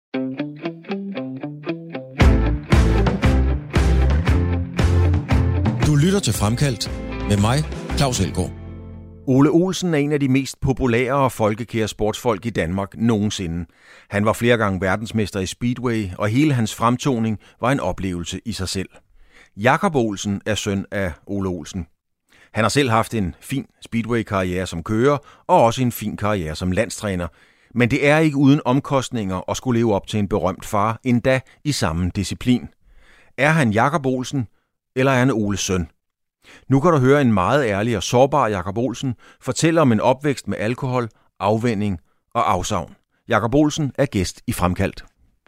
Du lytter til Fremkaldt med mig, Claus Elgaard. Ole Olsen er en af de mest populære og folkekære sportsfolk i Danmark nogensinde. Han var flere gange verdensmester i Speedway, og hele hans fremtoning var en oplevelse i sig selv. Jakob Olsen er søn af Ole Olsen. Han har selv haft en fin Speedway-karriere som kører, og også en fin karriere som landstræner. Men det er ikke uden omkostninger at skulle leve op til en berømt far, endda i samme disciplin. Er han Jakob Olsen, eller er han Oles søn? Nu kan du høre en meget ærlig og sårbar Jakob Olsen fortælle om en opvækst med alkohol, afvænning og afsavn. Jakob Olsen er gæst i Fremkaldt.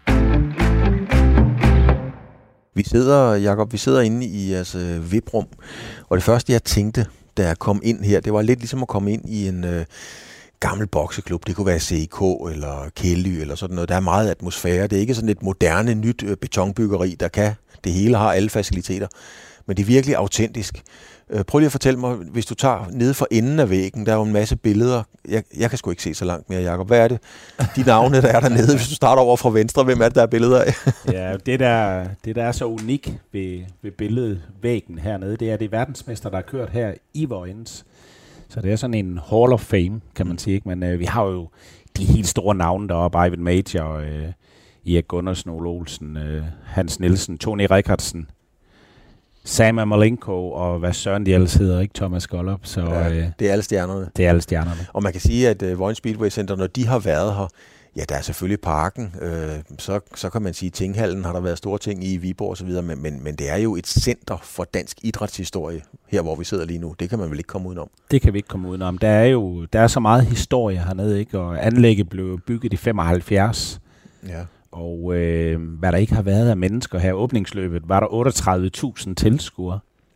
Vi sidder inde i jeres VIP-rum, og det første jeg tænkte, da jeg kom ind her, det var lidt ligesom at komme ind i en gammel bokseklub. Det kunne være CIK eller Kælly eller sådan noget. Der er meget atmosfære. Det er ikke sådan et moderne, nyt betonbyggeri, der kan det hele, har alle faciliteter. Men det er virkelig autentisk. Prøv lige at fortælle mig, hvis du tager nede for enden af væggen, der er jo en masse billeder. Jeg kan sgu ikke se så langt mere, Jakob. Hvad er det? De navne, der er dernede, hvis du starter over fra venstre, hvem er det, der er billeder af? Ja, det der er så unik ved billedvæggen hernede, det er det verdensmester, der har kørt her i Vojens. Så det er sådan en Hall of Fame, kan man sige. Men vi har jo de helt store navne deroppe, Ivan Major, Erik Gundersen, Ole Olsen, Hans Nielsen, Tony Rickartsen, Sam Amalenko og hvad søren de ellers hedder, ikke? Thomas Gollop. Så, det er alle stjernerne. Det er alle stjernerne. Og man kan sige, at Vojens Speedway Center, når de har været her, ja, der er selvfølgelig parken, så kan man sige, at Tinghallen har der været store ting i Viborg og så videre, men det er jo et center for dansk idrætshistorie, her hvor vi sidder lige nu. Det kan man vel ikke komme udenom? Det kan vi ikke komme udenom. Der er så meget historie hernede, ikke? Og anlægget blev bygget i 75. Ja. Og hvad der ikke har været af mennesker her, åbningsløbet, var der 38.000 tilskuere.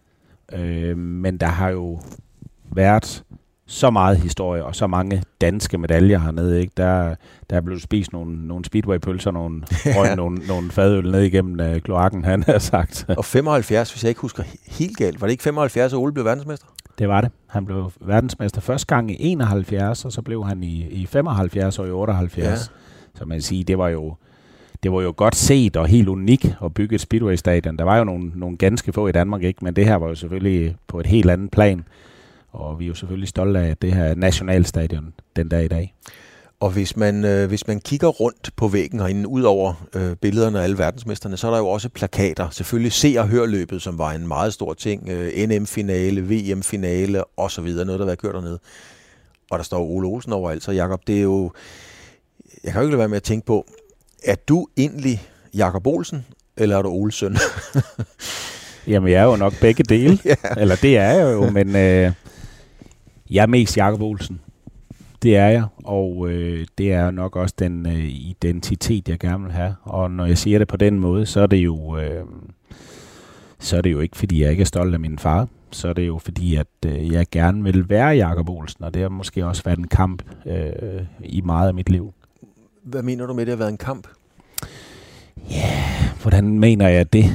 Men der har jo været så meget historie og så mange danske medaljer hernede, ikke? Der er blevet spist nogle speedway-pølser, nogle fadøl ned igennem kloakken, han har sagt. Og 75, hvis jeg ikke husker helt galt, var det ikke 75, at Ole blev verdensmester? Det var det. Han blev verdensmester første gang i 71, og så blev han i 75 og i 78. Ja. Så man kan sige, det var jo godt set og helt unik at bygge et speedway-stadion. Der var jo nogle ganske få i Danmark, ikke? Men det her var jo selvfølgelig på et helt andet plan. Og vi er jo selvfølgelig stolte af, at det her er nationalstadion den dag i dag. Og hvis man kigger rundt på væggen herinde, ud over billederne af alle verdensmesterne, så er der jo også plakater. Selvfølgelig Se og Hør løbet, som var en meget stor ting. NM-finale, VM-finale osv. Noget, der har været kørt dernede. Og der står Ole Olsen overalt. Så Jakob, det er jo... Jeg kan jo ikke lade være med at tænke på, er du egentlig Jakob Olsen, eller er du Oles søn? Jamen, jeg er jo nok begge dele. Ja. Eller det er jeg jo, men jeg er mest Jakob Olsen. Det er jeg, og det er nok også den identitet, jeg gerne vil have. Og når jeg siger det på den måde, så er det jo ikke, fordi jeg ikke er stolt af min far. Så er det jo fordi, at jeg gerne vil være Jakob Olsen, og det har måske også været en kamp i meget af mit liv. Hvad mener du med, det har været en kamp? Ja, hvordan mener jeg det?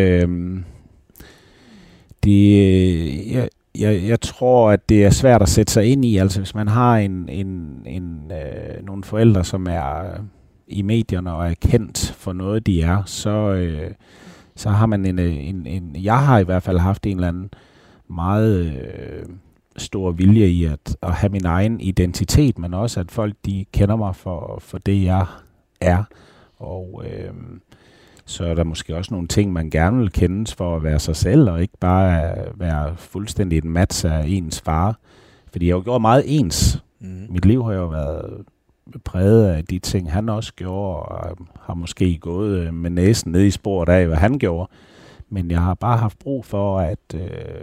Jeg tror, at det er svært at sætte sig ind i. Altså, hvis man har nogle forældre, som er i medierne og er kendt for noget, de er, så har man jeg har i hvert fald haft en eller anden meget stor vilje i at have min egen identitet, men også at folk de kender mig for det, jeg er. Og så er der måske også nogle ting, man gerne vil kendes for at være sig selv, og ikke bare være fuldstændig et match af ens far. Fordi jeg har jo gjort meget ens. Mit liv har jo været præget af de ting, han også gjorde, og har måske gået med næsen ned i sporet af, hvad han gjorde. Men jeg har bare haft brug for, at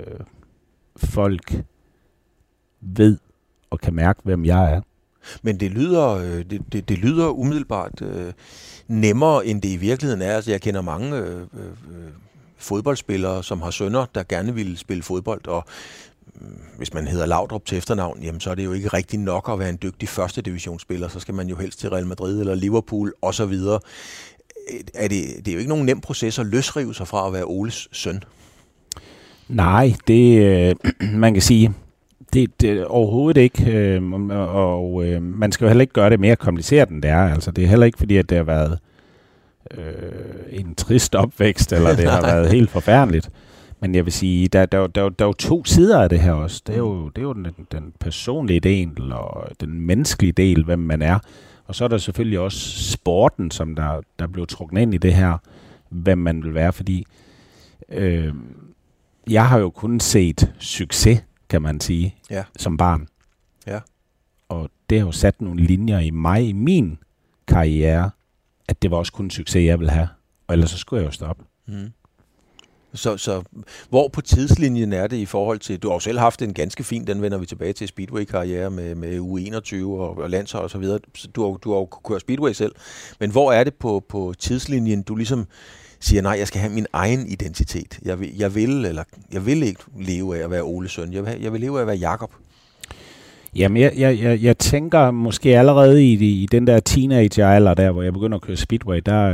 folk ved og kan mærke, hvem jeg er. Men det lyder umiddelbart nemmere, end det i virkeligheden er. Altså, jeg kender mange fodboldspillere, som har sønner, der gerne vil spille fodbold, og hvis man hedder Laudrup til efternavn, jamen, så er det jo ikke rigtig nok at være en dygtig første divisionsspiller. Så skal man jo helst til Real Madrid eller Liverpool osv. Det er jo ikke nogen nem proces at løsrive sig fra at være Oles søn. Nej, det man kan sige, det overhovedet ikke, og man skal jo heller ikke gøre det mere kompliceret, end det er. Altså, det er heller ikke fordi, at det har været en trist opvækst, eller det har været helt forfærdeligt. Men jeg vil sige, der er jo to sider af det her også. Det er jo den personlige del, og den menneskelige del, hvem man er. Og så er der selvfølgelig også sporten, som der blev trukket ind i det her, hvem man vil være. Fordi jeg har jo kun set succes, kan man sige, som barn. Ja. Og det har jo sat nogle linjer i mig, i min karriere, at det var også kun succes, jeg ville have. Og ellers så skulle jeg jo stoppe. Mm. Så hvor på tidslinjen er det i forhold til, du har jo selv haft en ganske fin, den vender vi tilbage til, Speedway-karriere med U21 og landshold og så videre. Du har jo kørt Speedway selv. Men hvor er det på tidslinjen, du ligesom siger, nej, jeg skal have min egen identitet. Jeg vil ikke leve af at være Oles søn. Jeg vil leve af at være Jakob. Jamen, jeg tænker måske allerede i den der teenager-alder der, hvor jeg begynder at køre Speedway, der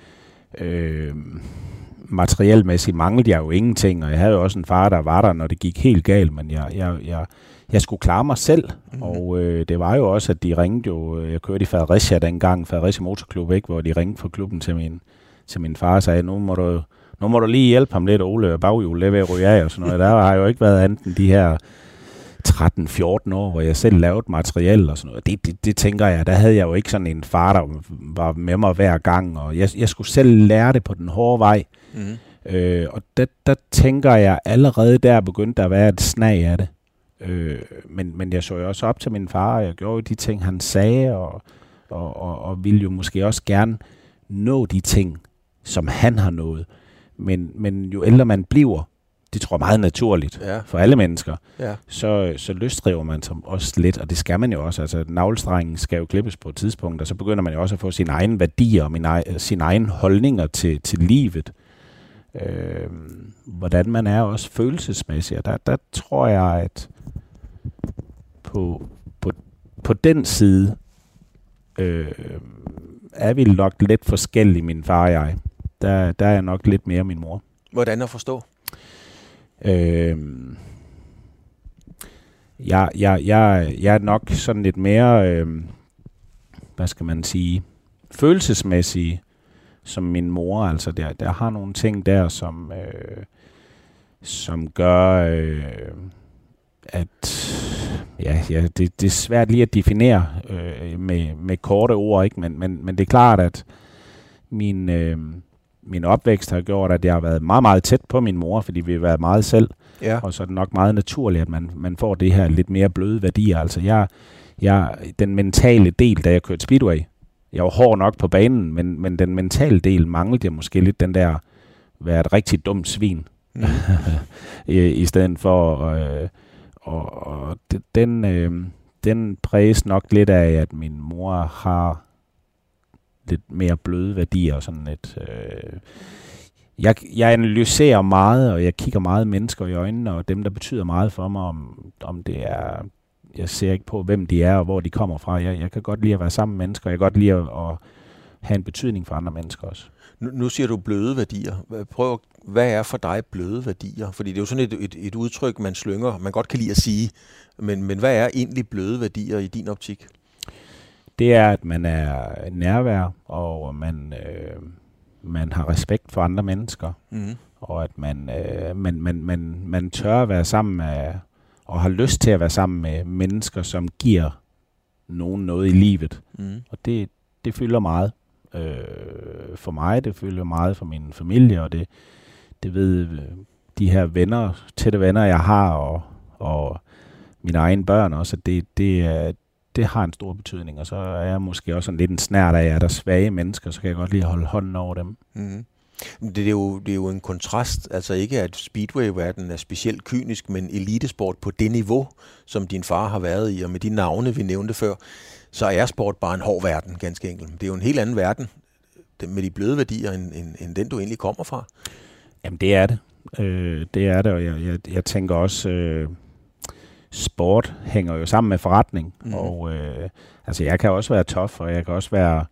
materielmæssigt manglede jeg jo ingenting, og jeg havde jo også en far, der var der, når det gik helt galt, men jeg skulle klare mig selv, og det var jo også, at de ringede jo, jeg kørte i Fredericia dengang, Fredericia Motorklub, ikke, hvor de ringede fra klubben til min far og sagde, nu må du lige hjælpe ham lidt, Ole, baghjul, det vil ryge af og sådan noget. Der har jo ikke været andet end de her 13-14 år, hvor jeg selv lavede materiel og sådan noget. Det tænker jeg, der havde jeg jo ikke sådan en far, der var med mig hver gang, og jeg skulle selv lære det på den hårde vej. Mm. Og der tænker jeg allerede der begyndte der at være et snag af det. Men jeg så jo også op til min far, og jeg gjorde jo de ting, han sagde, og ville jo måske også gerne nå de ting, som han har nået. Men jo ældre man bliver, det tror jeg meget naturligt for alle mennesker, så løsdriver man sig også lidt, og det skal man jo også. Altså, navlestrengen skal jo klippes på et tidspunkt, og så begynder man jo også at få sine egne værdier og sine egne holdninger til livet. Hvordan man er også følelsesmæssigt. Der tror jeg, at på den side er vi nok lidt forskellige, min far og jeg. Der er jeg nok lidt mere min mor. Hvordan at forstå? Jeg er nok sådan lidt mere, hvad skal man sige, følelsesmæssig som min mor. Altså der har nogle ting der, som gør, at det er svært lige at definere med korte ord, ikke? Men det er klart, at min opvækst har gjort, at jeg har været meget, meget tæt på min mor, fordi vi har været meget selv. Ja. Og så er det nok meget naturligt, at man får det her lidt mere bløde værdier. Altså den mentale del, da jeg kørte Speedway, jeg var hård nok på banen, men den mentale del manglede jeg måske lidt den der, være et rigtig dumt svin. I stedet for, den præges nok lidt af, at min mor har lidt mere bløde værdier og sådan lidt. Jeg analyserer meget, og jeg kigger meget mennesker i øjnene, og dem, der betyder meget for mig, om det er. Jeg ser ikke på, hvem de er, og hvor de kommer fra. Jeg kan godt lide at være sammen med mennesker, jeg kan godt lide at have en betydning for andre mennesker også. Nu siger du bløde værdier. Prøv, hvad er for dig bløde værdier? Fordi det er jo sådan et udtryk, man slynger, man godt kan lide at sige. Men hvad er egentlig bløde værdier i din optik? Det er, at man er nærvær, og man har respekt for andre mennesker, og at man tør at være sammen med, og har lyst til at være sammen med mennesker, som giver nogen noget i livet. Og det fylder meget for mig, det fylder meget for min familie, og det ved de her venner, tætte venner, jeg har, og mine egne børn også, at det har en stor betydning, og så er jeg måske også lidt en snært af, at der er svage mennesker, så kan jeg godt lide at holde hånden over dem. Mm-hmm. Det er jo en kontrast, altså ikke at Speedway-verdenen er specielt kynisk, men elitesport på det niveau, som din far har været i, og med de navne, vi nævnte før, så er sport bare en hård verden, ganske enkelt. Det er jo en helt anden verden, med de bløde værdier, end den du egentlig kommer fra. Jamen det er det. Det er det, og jeg tænker også, sport hænger jo sammen med forretning, og altså jeg kan også være tough, og jeg kan også være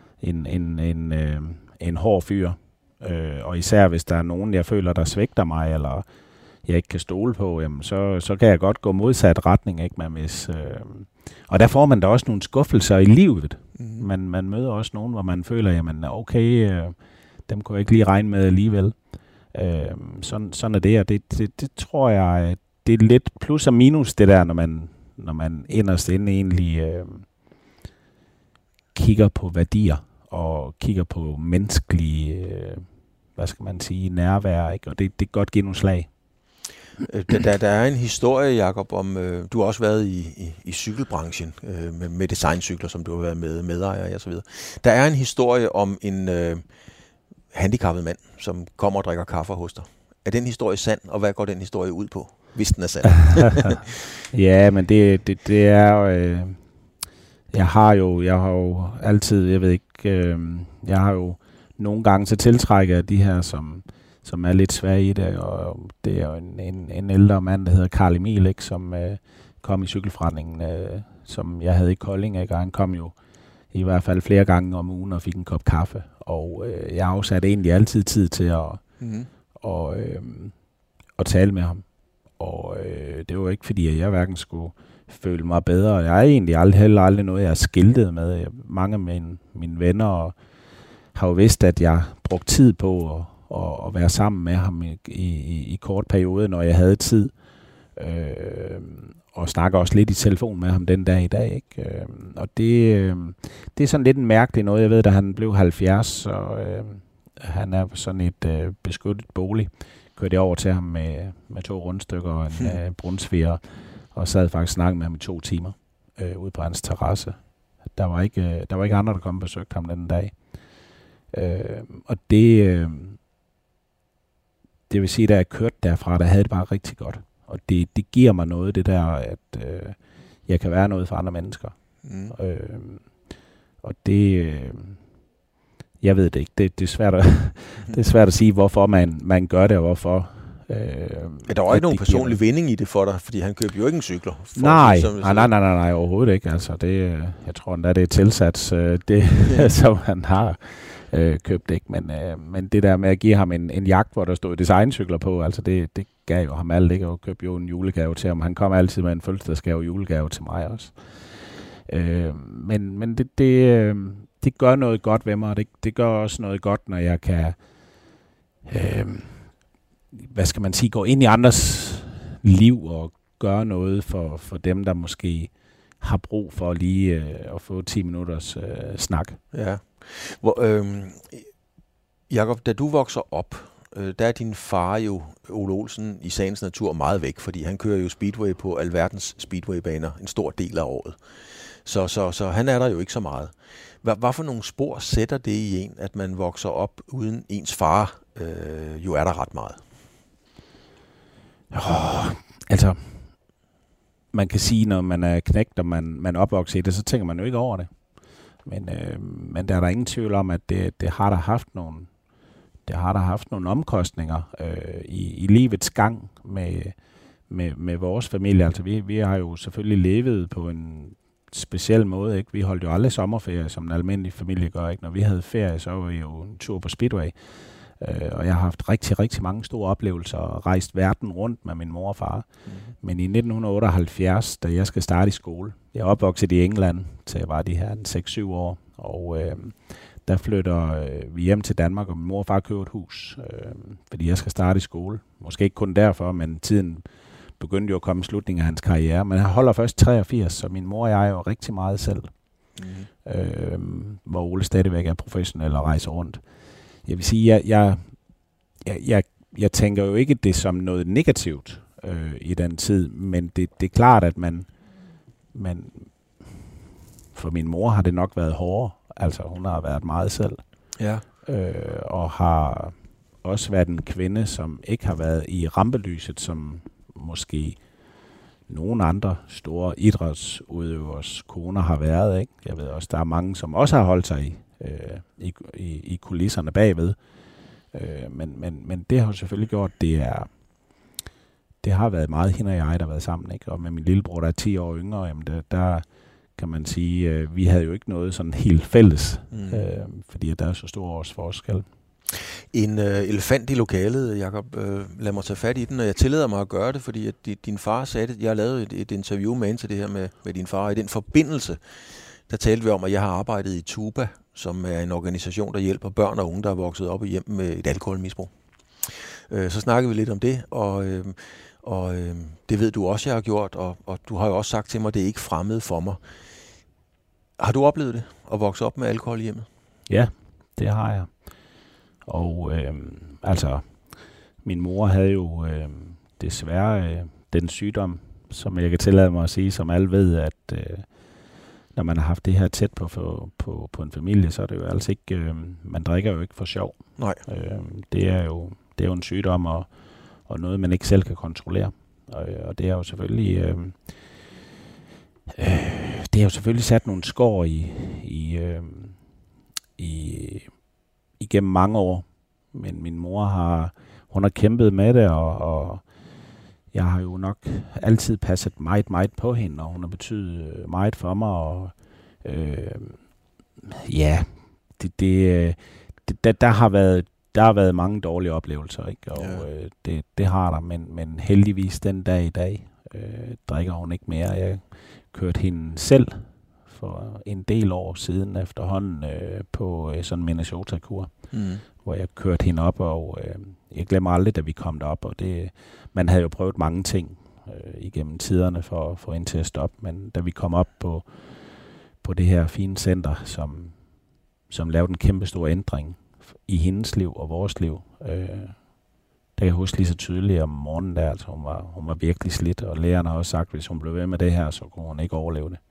en hård fyr, og især hvis der er nogen, jeg føler, der svigter mig, eller jeg ikke kan stole på, jamen så kan jeg godt gå modsat retning, ikke? Men og der får man da også nogle skuffelser i livet, Man møder også nogen, hvor man føler, jamen okay, dem kunne jeg ikke lige regne med alligevel. Sådan er det, og det tror jeg, det er lidt plus og minus det der, når man inderst inde egentlig kigger på værdier og kigger på menneskelige, hvad skal man sige, nærvær, ikke? Og det kan godt give nogle slag. Der er en historie, Jakob, om du har også været i cykelbranchen med designcykler, som du har været medejer og så videre. Der er en historie om en handicappet mand, som kommer og drikker kaffe hos dig. Er den historie sand, og hvad går den historie ud på, hvis den er sand? Ja, men det er jo... Jeg har jo altid, jeg ved ikke, jeg har jo nogle gange så tiltrækker de her, som er lidt svære i det, og det er jo en ældre mand, der hedder Karl Emil, ikke, som kom i cykelforretningen, som jeg havde i Kolding, ikke, og han kom jo i hvert fald flere gange om ugen og fik en kop kaffe, og jeg afsatte egentlig altid tid til at tale med ham, og det var ikke fordi, at jeg hverken skulle føle mig bedre. Jeg er egentlig aldrig noget, jeg har skiltet med. Mange af mine venner har jo vidst, at jeg brugte tid på at være sammen med ham i kort periode, når jeg havde tid. Og snakker også lidt i telefon med ham den dag i dag. Ikke? Og det er sådan lidt en mærkelig noget. Jeg ved, da han blev 70, og han er sådan et beskyttet bolig, kørte jeg over til ham med 2 rundstykker og en brunsviger, og sad faktisk og snakkede med ham i 2 timer ude på hans terrasse. Der var ikke andre, der kom og besøgte ham den dag. Og det vil sige, da jeg kørte derfra, der havde det bare rigtig godt. Og det giver mig noget, det der, at jeg kan være noget for andre mennesker. Og det... jeg ved det ikke. Det er svært det er svært at sige, hvorfor man gør det, og hvorfor... der var ikke nogen personlig vinding i det for dig, fordi han købte jo ikke en cykler. Nej, overhovedet ikke. Altså, jeg tror endda, det er tilsats, som han har købt, ikke. Men det der med at give ham en jagt, hvor der stod designcykler på, altså det gav jo ham alt, ikke, og købte jo en julegave til ham. Han kom altid med en fødselsdagsgave og julegave til mig også. Men det gør noget godt ved mig, og det gør også noget godt, når jeg kan... hvad skal man sige, gå ind i andres liv og gøre noget for dem, der måske har brug for lige at få 10 minutters snak. Ja. Jakob, da du vokser op, der er din far jo, Ole Olsen, i sagens natur meget væk, fordi han kører jo speedway på alverdens speedwaybaner en stor del af året. Så han er der jo ikke så meget. Hvad for nogle spor sætter det i en, at man vokser op uden ens far jo er der ret meget? Altså, man kan sige, når man er knægt, og man opvokser i det, så tænker man jo ikke over det. Men der er der ingen tvivl om, at det har der haft nogle omkostninger i livets gang med vores familie. Altså vi har jo selvfølgelig levet på en speciel måde, ikke? Vi holdt jo aldrig sommerferie, som en almindelig familie gør, ikke? Når vi havde ferie, så var vi jo en tur på Speedway. Og jeg har haft rigtig, rigtig mange store oplevelser og rejst verden rundt med min mor og far. Men i 1978, da jeg skal starte i skole, jeg er opvokset i England, til jeg var de her 6-7 år, og der flytter vi hjem til Danmark, og min mor og far køber et hus, fordi jeg skal starte i skole. Måske ikke kun derfor, men tiden begyndte jo at komme i slutningen af hans karriere. Men han holder først 83, så min mor og jeg er jo rigtig meget selv. Hvor Ole stadigvæk er professionel og rejser rundt. Jeg vil sige, jeg tænker jo ikke det som noget negativt i den tid, men det er klart, at man for min mor har det nok været hårdere. Altså, hun har været meget selv. Ja. Og har også været en kvinde, som ikke har været i rampelyset, som måske nogle andre store idrætsudøvers koner har været, ikke? Jeg ved også, der er mange, som også har holdt sig i kulisserne bagved. Men det har jo selvfølgelig gjort, det har været meget hende og jeg, der har været sammen, ikke? Og med min lillebror, der er 10 år yngre, jamen der kan man sige, vi havde jo ikke noget sådan helt fælles, fordi der er så stor års forskel. En elefant i lokalet, Jakob, lad mig tage fat i den, og jeg tillader mig at gøre det, fordi at din far sagde det. Jeg har lavet et interview med ind til det her med din far, og i den forbindelse, der talte vi om, at jeg har arbejdet i TUBA, som er en organisation, der hjælper børn og unge, der er vokset op i hjem med et alkoholmisbrug. Så snakkede vi lidt om det, og det ved du også, jeg har gjort, og du har jo også sagt til mig, at det er ikke fremmed for mig. Har du oplevet det, at vokse op med alkohol i hjemmet? Ja, det har jeg. Og altså, min mor havde jo desværre den sygdom, som jeg kan tillade mig at sige, som alle ved, at når man har haft det her tæt på en familie, så er det jo altså ikke, man drikker jo ikke for sjov. Nej. Det er jo en sygdom og noget, man ikke selv kan kontrollere. Og det er jo selvfølgelig det har jo selvfølgelig sat nogle skår igennem mange år. Men min mor hun har kæmpet med det, og jeg har jo nok altid passet meget, meget på hende, og hun har betydet meget for mig, og der har været mange dårlige oplevelser, ikke? Og det har der, men heldigvis den dag i dag drikker hun ikke mere. Jeg kørte hende selv for en del år siden efterhånden på sådan en Minnesota-kur, hvor jeg kørte hende op, og jeg glemmer aldrig, da vi kom derop, og man havde jo prøvet mange ting igennem tiderne for at få hende til at stoppe, men da vi kom op på det her fine center, som lavede en kæmpe stor ændring i hendes liv og vores liv, der kan jeg huske lige så tydeligt om morgenen der, altså hun var virkelig slidt, og lærerne har også sagt, at hvis hun blev ved med det her, så kunne hun ikke overleve det.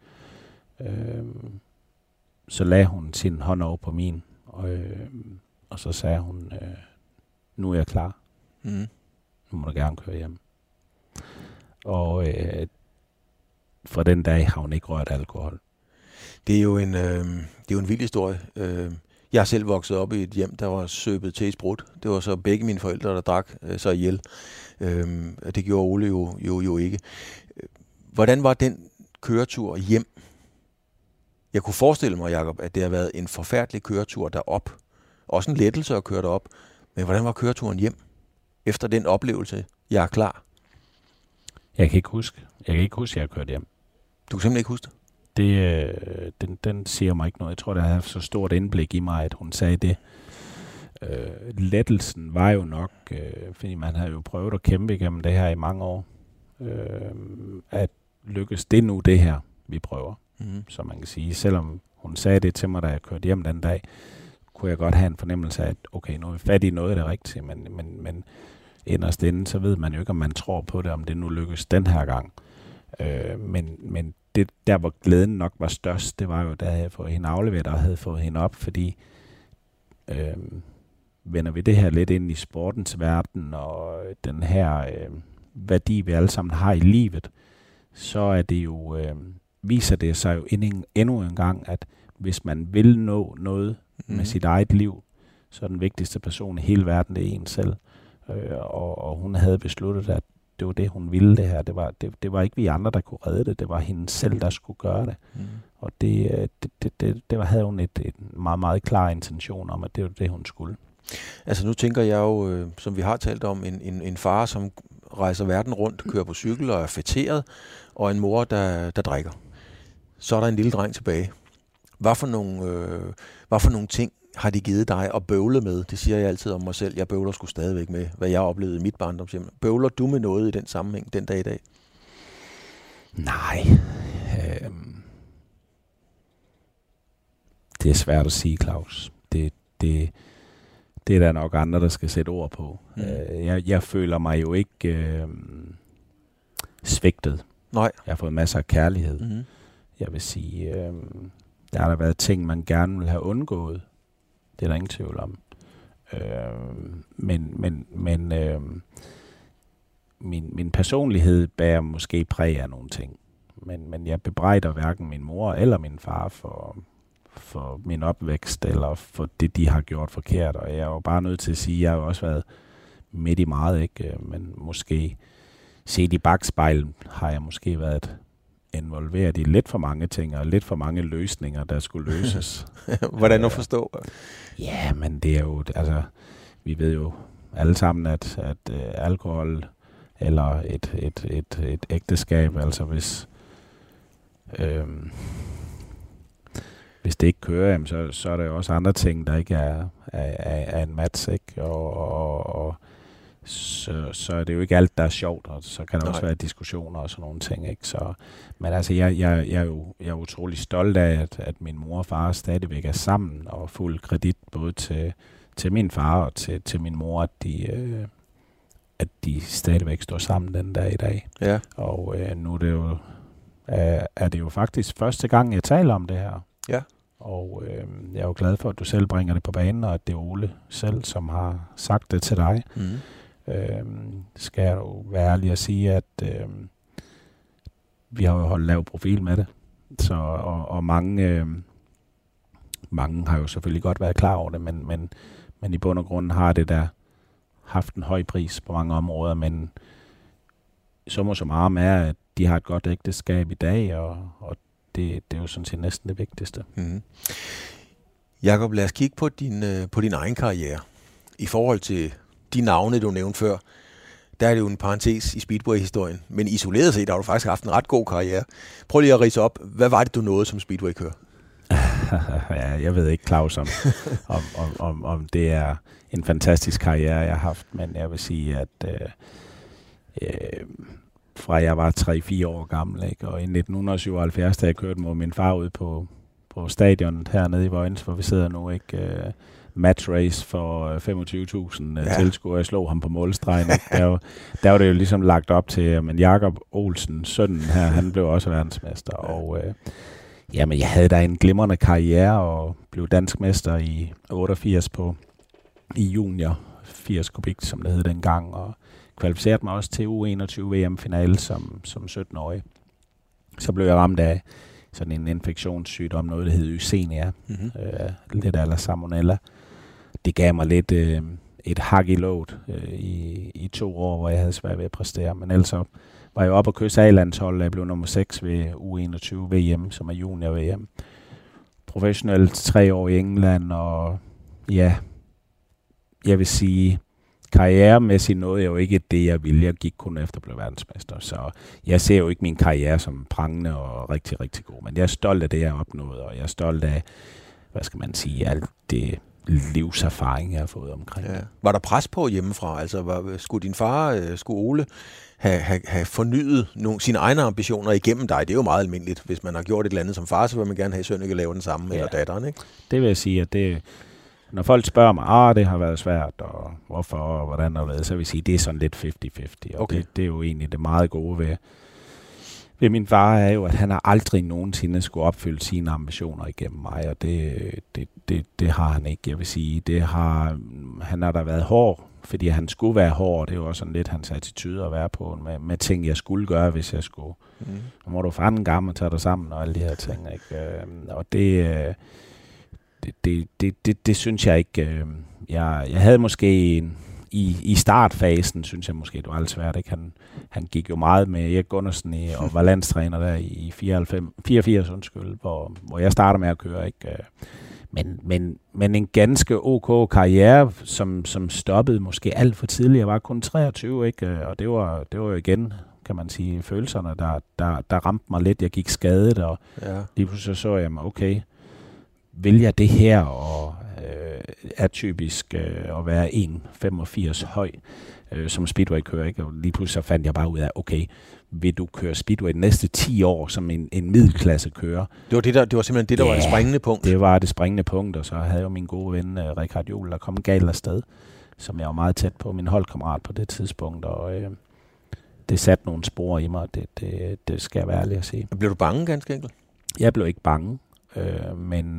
Så lagde hun sin hånd over på min, og så sagde hun, nu er jeg klar. Nu må du gerne køre hjem. Og fra den dag har hun ikke rørt alkohol. Det er jo en vild historie. Jeg har selv vokset op i et hjem, der var søbet til i sprut. Det var så begge mine forældre, der drak sig ihjel. Det gjorde Ole jo ikke. Hvordan var den køretur hjem? Jeg kunne forestille mig, Jacob, at det har været en forfærdelig køretur derop. Også en lettelse at køre derop. Men hvordan var køreturen hjem? Efter den oplevelse, jeg er klar. Jeg kan ikke huske, at jeg kørte hjem. Du kan simpelthen ikke huske det? Den siger mig ikke noget. Jeg tror, der er så stort indblik i mig, at hun sagde det. Lettelsen var jo nok, fordi man havde jo prøvet at kæmpe igennem det her i mange år, at lykkes det nu det her, vi prøver. Så man kan sige, selvom hun sagde det til mig, da jeg kørte hjem den dag, kunne jeg godt have en fornemmelse af, at okay, nu er vi fat i noget af det rigtige, men inderst inde, så ved man jo ikke, om man tror på det, om det nu lykkes den her gang. Men det der, hvor glæden nok var størst, det var jo, da jeg havde fået hende afleveret og havde fået hende op, fordi vender vi det her lidt ind i sportens verden, og den her værdi, vi alle sammen har i livet, så er det jo, viser det sig jo endnu en gang, at hvis man vil nå noget med sit eget liv, så er den vigtigste person i hele verden, det er en selv. Og hun havde besluttet, at det var det, hun ville det her. Det var ikke vi andre, der kunne redde det. Det var hende selv, der skulle gøre det. Og det havde hun et meget, meget klar intention om, at det var det, hun skulle. Altså nu tænker jeg jo, som vi har talt om, en far, som rejser verden rundt, kører på cykel og er fætteret, og en mor, der drikker. Så er der en lille dreng tilbage. Hvad for nogle ting har de givet dig at bøvle med? Det siger jeg altid om mig selv. Jeg bøvler sgu stadigvæk med, hvad jeg oplevede i mit barndomshjem. Bøvler du med noget i den sammenhæng den dag i dag? Nej. Det er svært at sige, Claus. Det er der nok andre, der skal sætte ord på. Jeg føler mig jo ikke svigtet. Nej. Jeg har fået masser af kærlighed. Jeg vil sige, der har der været ting, man gerne vil have undgået. Det er der ingen tvivl om. Min personlighed bærer måske præg af nogle ting. Men jeg bebrejder hverken min mor eller min far for min opvækst, eller for det, de har gjort forkert. Og jeg er jo bare nødt til at sige, at jeg har jo også været midt i meget, ikke? Men måske set i bakspejlen har jeg måske været involveret i lidt for mange ting, og lidt for mange løsninger, der skulle løses. Hvordan at forstå? Ja, men det er jo, altså, vi ved jo alle sammen, at alkohol eller et ægteskab, altså hvis hvis det ikke kører, jamen, så er der jo også andre ting, der ikke er en match, ikke? Og så er det jo ikke alt, der er sjovt, og så kan der også være diskussioner og sådan nogle ting, ikke? Så, men altså, jeg er utrolig stolt af, at min mor og far stadigvæk er sammen, og fuld kredit både til min far og til min mor, at de stadigvæk står sammen den dag i dag. Ja. Og nu er det jo faktisk første gang, jeg taler om det her. Ja. Og jeg er jo glad for, at du selv bringer det på banen, og at det er Ole selv, som har sagt det til dig. Skal jeg jo være ærlig at sige, at vi har jo holdt lav profil med det. Så, og mange har jo selvfølgelig godt været klar over det, men i bund og grund har det der haft en høj pris på mange områder, men så meget er, at de har et godt ægteskab i dag, og det er jo sådan set næsten det vigtigste. Mm-hmm. Jakob, lad os kigge på din egen karriere. I forhold til de navne, du nævnte før, der er det jo en parentes i Speedway-historien, men isoleret set har du faktisk haft en ret god karriere. Prøv lige at ridse op, hvad var det, du nåede som Speedway-kører? Ja, jeg ved ikke, Claus, om det er en fantastisk karriere, jeg har haft, men jeg vil sige, at fra jeg var 3-4 år gammel, ikke? Og i 1977, da jeg kørte mod min far ud på stadionet hernede i Vojens, hvor vi sidder nu, ikke? Match race for 25.000 tilskuere. Jeg slog ham på målstregen. Der var det jo ligesom lagt op til, men Jakob Olsen, sønnen her, han blev også verdensmester. Og jamen, jeg havde da en glimrende karriere og blev dansk mester i 88 i junior 80 kubik, som det hed dengang, og kvalificerede mig også til U21 VM-finale som 17-årig. Så blev jeg ramt af sådan en infektionssygdom, noget der hed Ysenia, lidt eller salmonella. Det gav mig lidt et hak i låget i 2 år, hvor jeg havde svært ved at præstere. Men ellers var jeg oppe og kysse A-landshold, og jeg blev nummer 6 ved U21 VM, som er junior-VM. Professionelt 3 år i England, og ja, jeg vil sige, karrieremæssigt nåede jeg jo ikke det, jeg ville. Jeg gik kun efter at blive verdensmester. Så jeg ser jo ikke min karriere som prangende og rigtig, rigtig god. Men jeg er stolt af det, jeg har opnået, og jeg er stolt af, hvad skal man sige, alt det livserfaring, jeg har fået omkring. Ja. Var der pres på hjemmefra? Altså, skulle din far, skulle Ole have fornyet sine egne ambitioner igennem dig? Det er jo meget almindeligt. Hvis man har gjort et eller andet som far, så vil man gerne have sønnen at lave den samme, eller datteren, ikke? Det vil jeg sige, at det... Når folk spørger mig, det har været svært, og hvorfor, og hvordan der har været, så vil jeg sige, det er sådan lidt 50-50. Og okay. Det er jo egentlig det meget gode ved min far, er jo, at han har aldrig nogensinde skulle opfylde sine ambitioner igennem mig, og det har han ikke. Jeg vil sige, han har da været hård, fordi han skulle være hård, og det er jo også sådan lidt hans attitude at være på, med ting, jeg skulle gøre, hvis jeg skulle. Nu må du fanden gammel og tage dig sammen, og alle de her ting, ikke? Og det synes jeg ikke. Jeg havde måske i startfasen, synes jeg måske, det var alt svært. Ikke? Han gik jo meget med Erik Gundersen og var landstræner der i 84, hvor jeg starter med at køre. Ikke? Men en ganske ok karriere, som stoppede måske alt for tidligt. Jeg var kun 23, ikke? Og det var jo igen, kan man sige, følelserne, der ramte mig lidt. Jeg gik skadet, og lige pludselig så jeg mig, okay, vil jeg det her, og er typisk at være 1,85 høj som speedway-kører, ikke? Og lige pludselig så fandt jeg bare ud af, okay, vil du køre speedway de næste 10 år som en middelklasse-kører? Det var simpelthen det, der var det springende punkt? Det var det springende punkt, og så havde jeg jo min gode ven, Richard Juhl, der kom galt afsted, som jeg var meget tæt på, min holdkammerat på det tidspunkt, og det satte nogle spor i mig, det skal jeg være ærlig at sige. Blev du bange, ganske enkelt? Jeg blev ikke bange. Men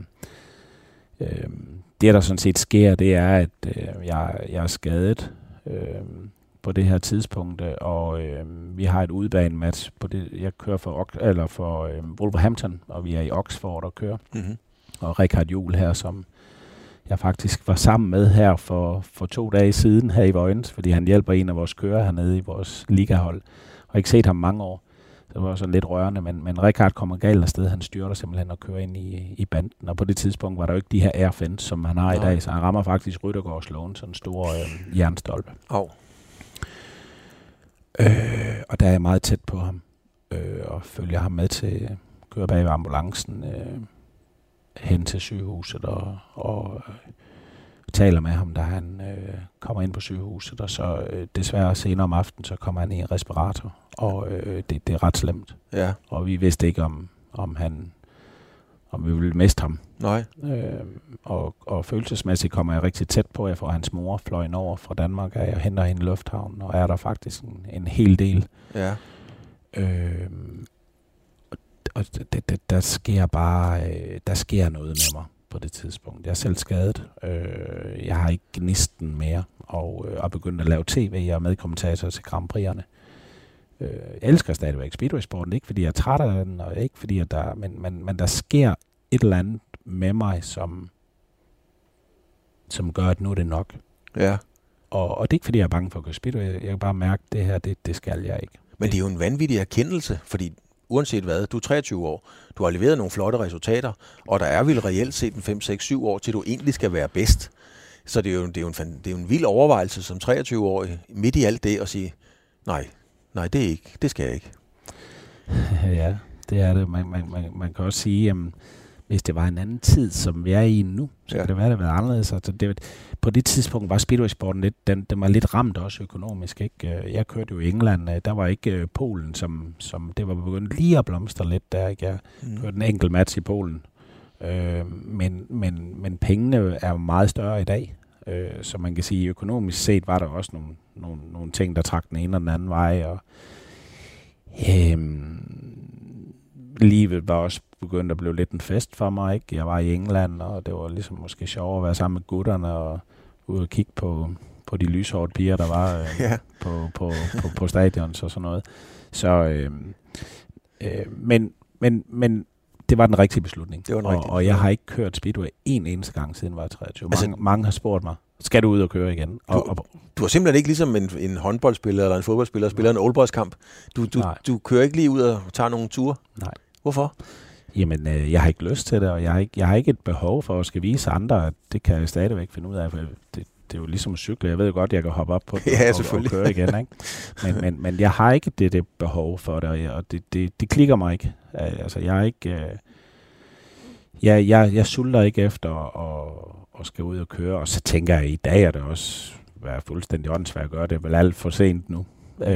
det, der sådan set sker, det er, at jeg er skadet på det her tidspunkt, og vi har et udbanematch på det. Jeg kører for Wolverhampton, og vi er i Oxford og kører. Mm-hmm. Og Richard Juhl her, som jeg faktisk var sammen med her for 2 dage siden her i Vojens, fordi han hjælper en af vores kører hernede i vores ligahold. Og ikke set ham mange år. Det var sådan lidt rørende, men Richard kommer galt afsted. Han styrter simpelthen og kører ind i banden. Og på det tidspunkt var der jo ikke de her airfence, som han har i dag. Så han rammer faktisk Ryttergårdsloven, sådan en stor jernstolpe. Og der er jeg meget tæt på ham. Og følger ham med til at køre bag ved ambulancen. hen til sygehuset og taler med ham, da han kommer ind på sygehuset, og så desværre senere om aftenen, så kommer han i en respirator, og det er ret slemt. Ja. Og vi vidste ikke, om vi ville miste ham. Nej. Og følelsesmæssigt kommer jeg rigtig tæt på, jeg får hans mor fløjen over fra Danmark, og jeg henter hende i lufthavnen, og er der faktisk en hel del. Ja. Og der sker noget med mig på det tidspunkt. Jeg er selv skadet. Jeg har ikke gnisten mere, og er begyndt at lave tv. Jeg er medkommentator til Grand Prix'erne. Jeg elsker stadigvæk speedway-sporten, ikke fordi jeg er træt af den, og ikke fordi at men der sker et eller andet med mig, som gør, at nu er det nok. Ja. Og det er ikke fordi jeg er bange for at køre speedway. Jeg kan bare mærke, at det her, det skal jeg ikke. Men det er jo en vanvittig erkendelse, fordi uanset hvad, du er 23 år, du har leveret nogle flotte resultater, og der er vel reelt set en 5, 6, 7 år, til du egentlig skal være bedst. Så det er jo en vild overvejelse som 23-årig, midt i alt det, at sige, nej, det er ikke, det skal jeg ikke. Ja, det er det. Man kan også sige, hvis det var en anden tid, som vi er i nu, så kan det være, det var anderledes. Altså på det tidspunkt var speedway-sporten lidt, den var lidt ramt også økonomisk. Ikke? Jeg kørte jo i England, der var ikke Polen, som det var begyndt lige at blomstre lidt der. Ikke? Jeg kørte en enkelt match i Polen, men pengene er jo meget større i dag. Så man kan sige, økonomisk set var der også nogle ting, der trak den ene og den anden vej, og livet var også begyndt at blive lidt en fest for mig, ikke? Jeg var i England, og det var ligesom måske sjovt at være sammen med gutterne og ude og kigge på de lyshårede piger, der var på stadions og sådan noget. Så, men det var den rigtige beslutning. Og jeg har ikke kørt speedway en eneste gang siden jeg var 23. Mange har spurgt mig, skal du ud og køre igen? Du er simpelthen ikke ligesom en håndboldspiller eller en fodboldspiller, spiller en oldboys-kamp. Du kører ikke lige ud og tager nogle ture? Nej. Hvorfor? Jamen, jeg har ikke lyst til det, og jeg har ikke et behov for at skal vise andre, at det kan jeg stadigvæk finde ud af, for det er jo ligesom at cykle. Jeg ved godt, jeg kan hoppe op på det og køre igen, ikke? Men jeg har ikke det behov for det, og det klikker mig ikke. Altså, jeg er ikke... Jeg sulter ikke efter at skal ud og køre, og så tænker jeg, at i dag er det også være fuldstændig åndssvagt at gøre det, vel alt for sent nu.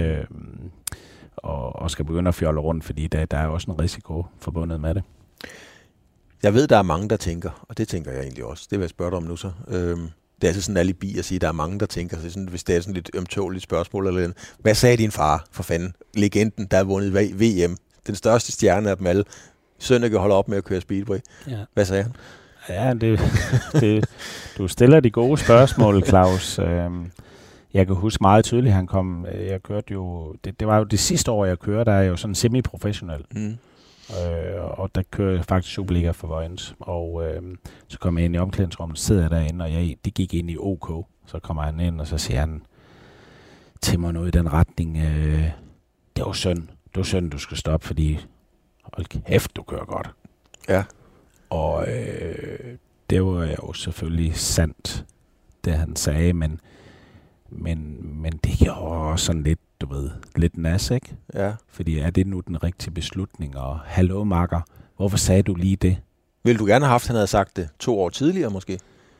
Og skal begynde at fjolle rundt, fordi der er også en risiko forbundet med det. Jeg ved, der er mange, der tænker, og det tænker jeg egentlig også. Det vil jeg spørge dig om nu så. Det er altså sådan en alibi at sige, at der er mange, der tænker, så sådan, hvis det er sådan lidt ømtåligt spørgsmål eller noget. Hvad sagde din far, for fanden? Legenden, der har vundet VM. Den største stjerne af dem alle. Sønneke holder op med at køre speedway. Ja. Hvad sagde han? Ja, du stiller de gode spørgsmål, Claus. Jeg kan huske meget tydeligt, han kom. Jeg kørte jo. Det var jo det sidste år, jeg kørte, der er jo sådan semi-professionel. Og der kører jeg faktisk Superliga for Vojens. Og så kom jeg ind i omklædningsrummet, sidder jeg derinde, og det gik ind i OK. Så kommer han ind, og så siger han til mig noget i den retning. Det var synd, du skal stoppe, fordi hold kæft, du kører godt. Ja. Og det var jo selvfølgelig sandt, det han sagde, men det gjorde også sådan lidt, du ved, lidt nas, ikke? Ja. Fordi er det nu den rigtige beslutning? Og hallo, makker, hvorfor sagde du lige det? Ville du gerne have haft, han havde sagt det 2 år tidligere, måske?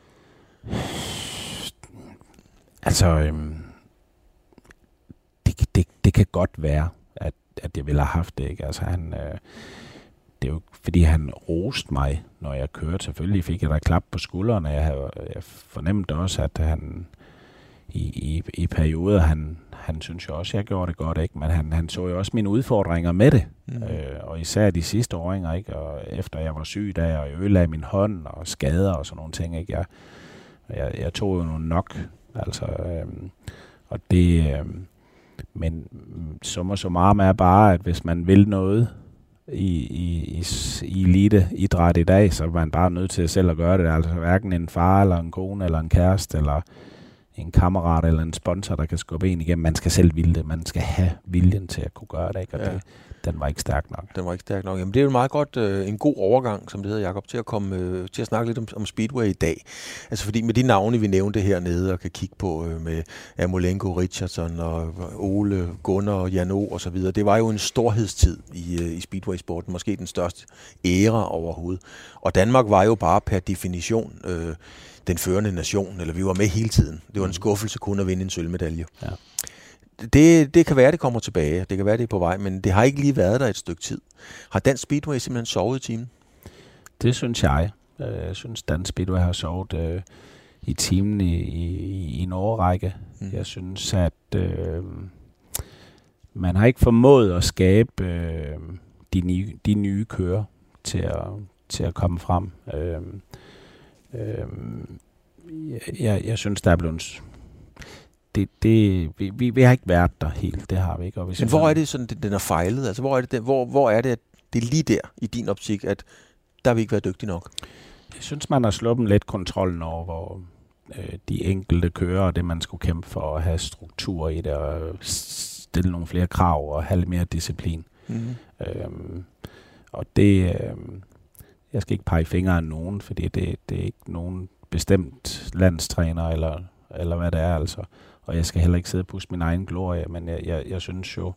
Altså, det kan godt være, at jeg ville have haft det, ikke? Altså, det er jo fordi, han roste mig, når jeg kørte. Selvfølgelig fik jeg da klap på skuldrene. Jeg fornemte også, at han i perioder, han synes jo også, jeg gjorde det godt, ikke? Men han så jo også mine udfordringer med det. Og især de sidste åringer, ikke? Og efter jeg var syg, da jeg ødelagde min hånd og skader og sådan nogle ting, ikke? Jeg tog jo nogle nok, altså, og det... men summa summarum er bare, at hvis man vil noget i eliteidræt i dag, så er man bare nødt til selv at gøre det. Altså hverken en far, eller en kone, eller en kæreste, eller en kammerat, eller en sponsor, der kan skubbe en igennem. Man skal selv ville det. Man skal have viljen til at kunne gøre det. Ikke? Og Den var ikke stærk nok. Jamen, det er jo meget godt en god overgang, som det hedder, Jakob, til at komme til at snakke lidt om Speedway i dag. Altså fordi med de navne, vi nævnte hernede og kan kigge på med Amolenko, Richardson og Ole, Gunnar og Jan O og så videre, det var jo en storhedstid i Speedway-sporten, måske den største æra overhovedet. Og Danmark var jo bare per definition den førende nation, eller vi var med hele tiden. Det var en skuffelse kun at vinde en sølvmedalje. Ja. Det kan være, det kommer tilbage. Det kan være, det er på vej, men det har ikke lige været der et stykke tid. Har Dansk Speedway simpelthen sovet i timen? Det synes jeg. Jeg synes, Dansk Speedway har sovet i timen i en årrække. Jeg synes, at man har ikke formået at skabe de nye kører til at komme frem. Jeg synes, der er blevet... Vi har ikke været der helt, det har vi ikke. Men hvor er det sådan, den er fejlet? Altså, hvor er det, at det er lige der i din optik, at der har vi ikke været dygtige nok? Jeg synes, man har sluppet lidt kontrollen over, hvor de enkelte kører, og det man skulle kæmpe for at have struktur i det, og stille nogle flere krav og have lidt mere disciplin. Og det... jeg skal ikke pege fingre af nogen, fordi det er ikke nogen bestemt landstræner, eller hvad det er, altså. Og jeg skal heller ikke sidde og puste min egen glorie, men jeg synes jo,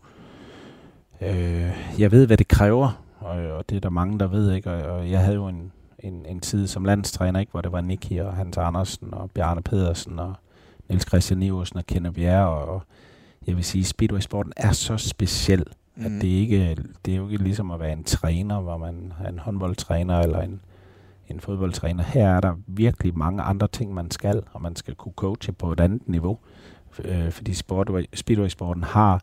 jeg ved, hvad det kræver, og det er der mange, der ved, ikke? Og jeg havde jo en tid som landstræner, ikke? Hvor det var Nicky og Hans Andersen og Bjarne Pedersen og Niels Christian Nielsen og Kenneth Bjerre, og jeg vil sige, Speedway-sporten er så speciel, at det er jo ikke ligesom at være en træner, hvor man er en håndboldtræner eller en fodboldtræner. Her er der virkelig mange andre ting, man skal, og man skal kunne coache på et andet niveau. Fordi Speedway-sporten har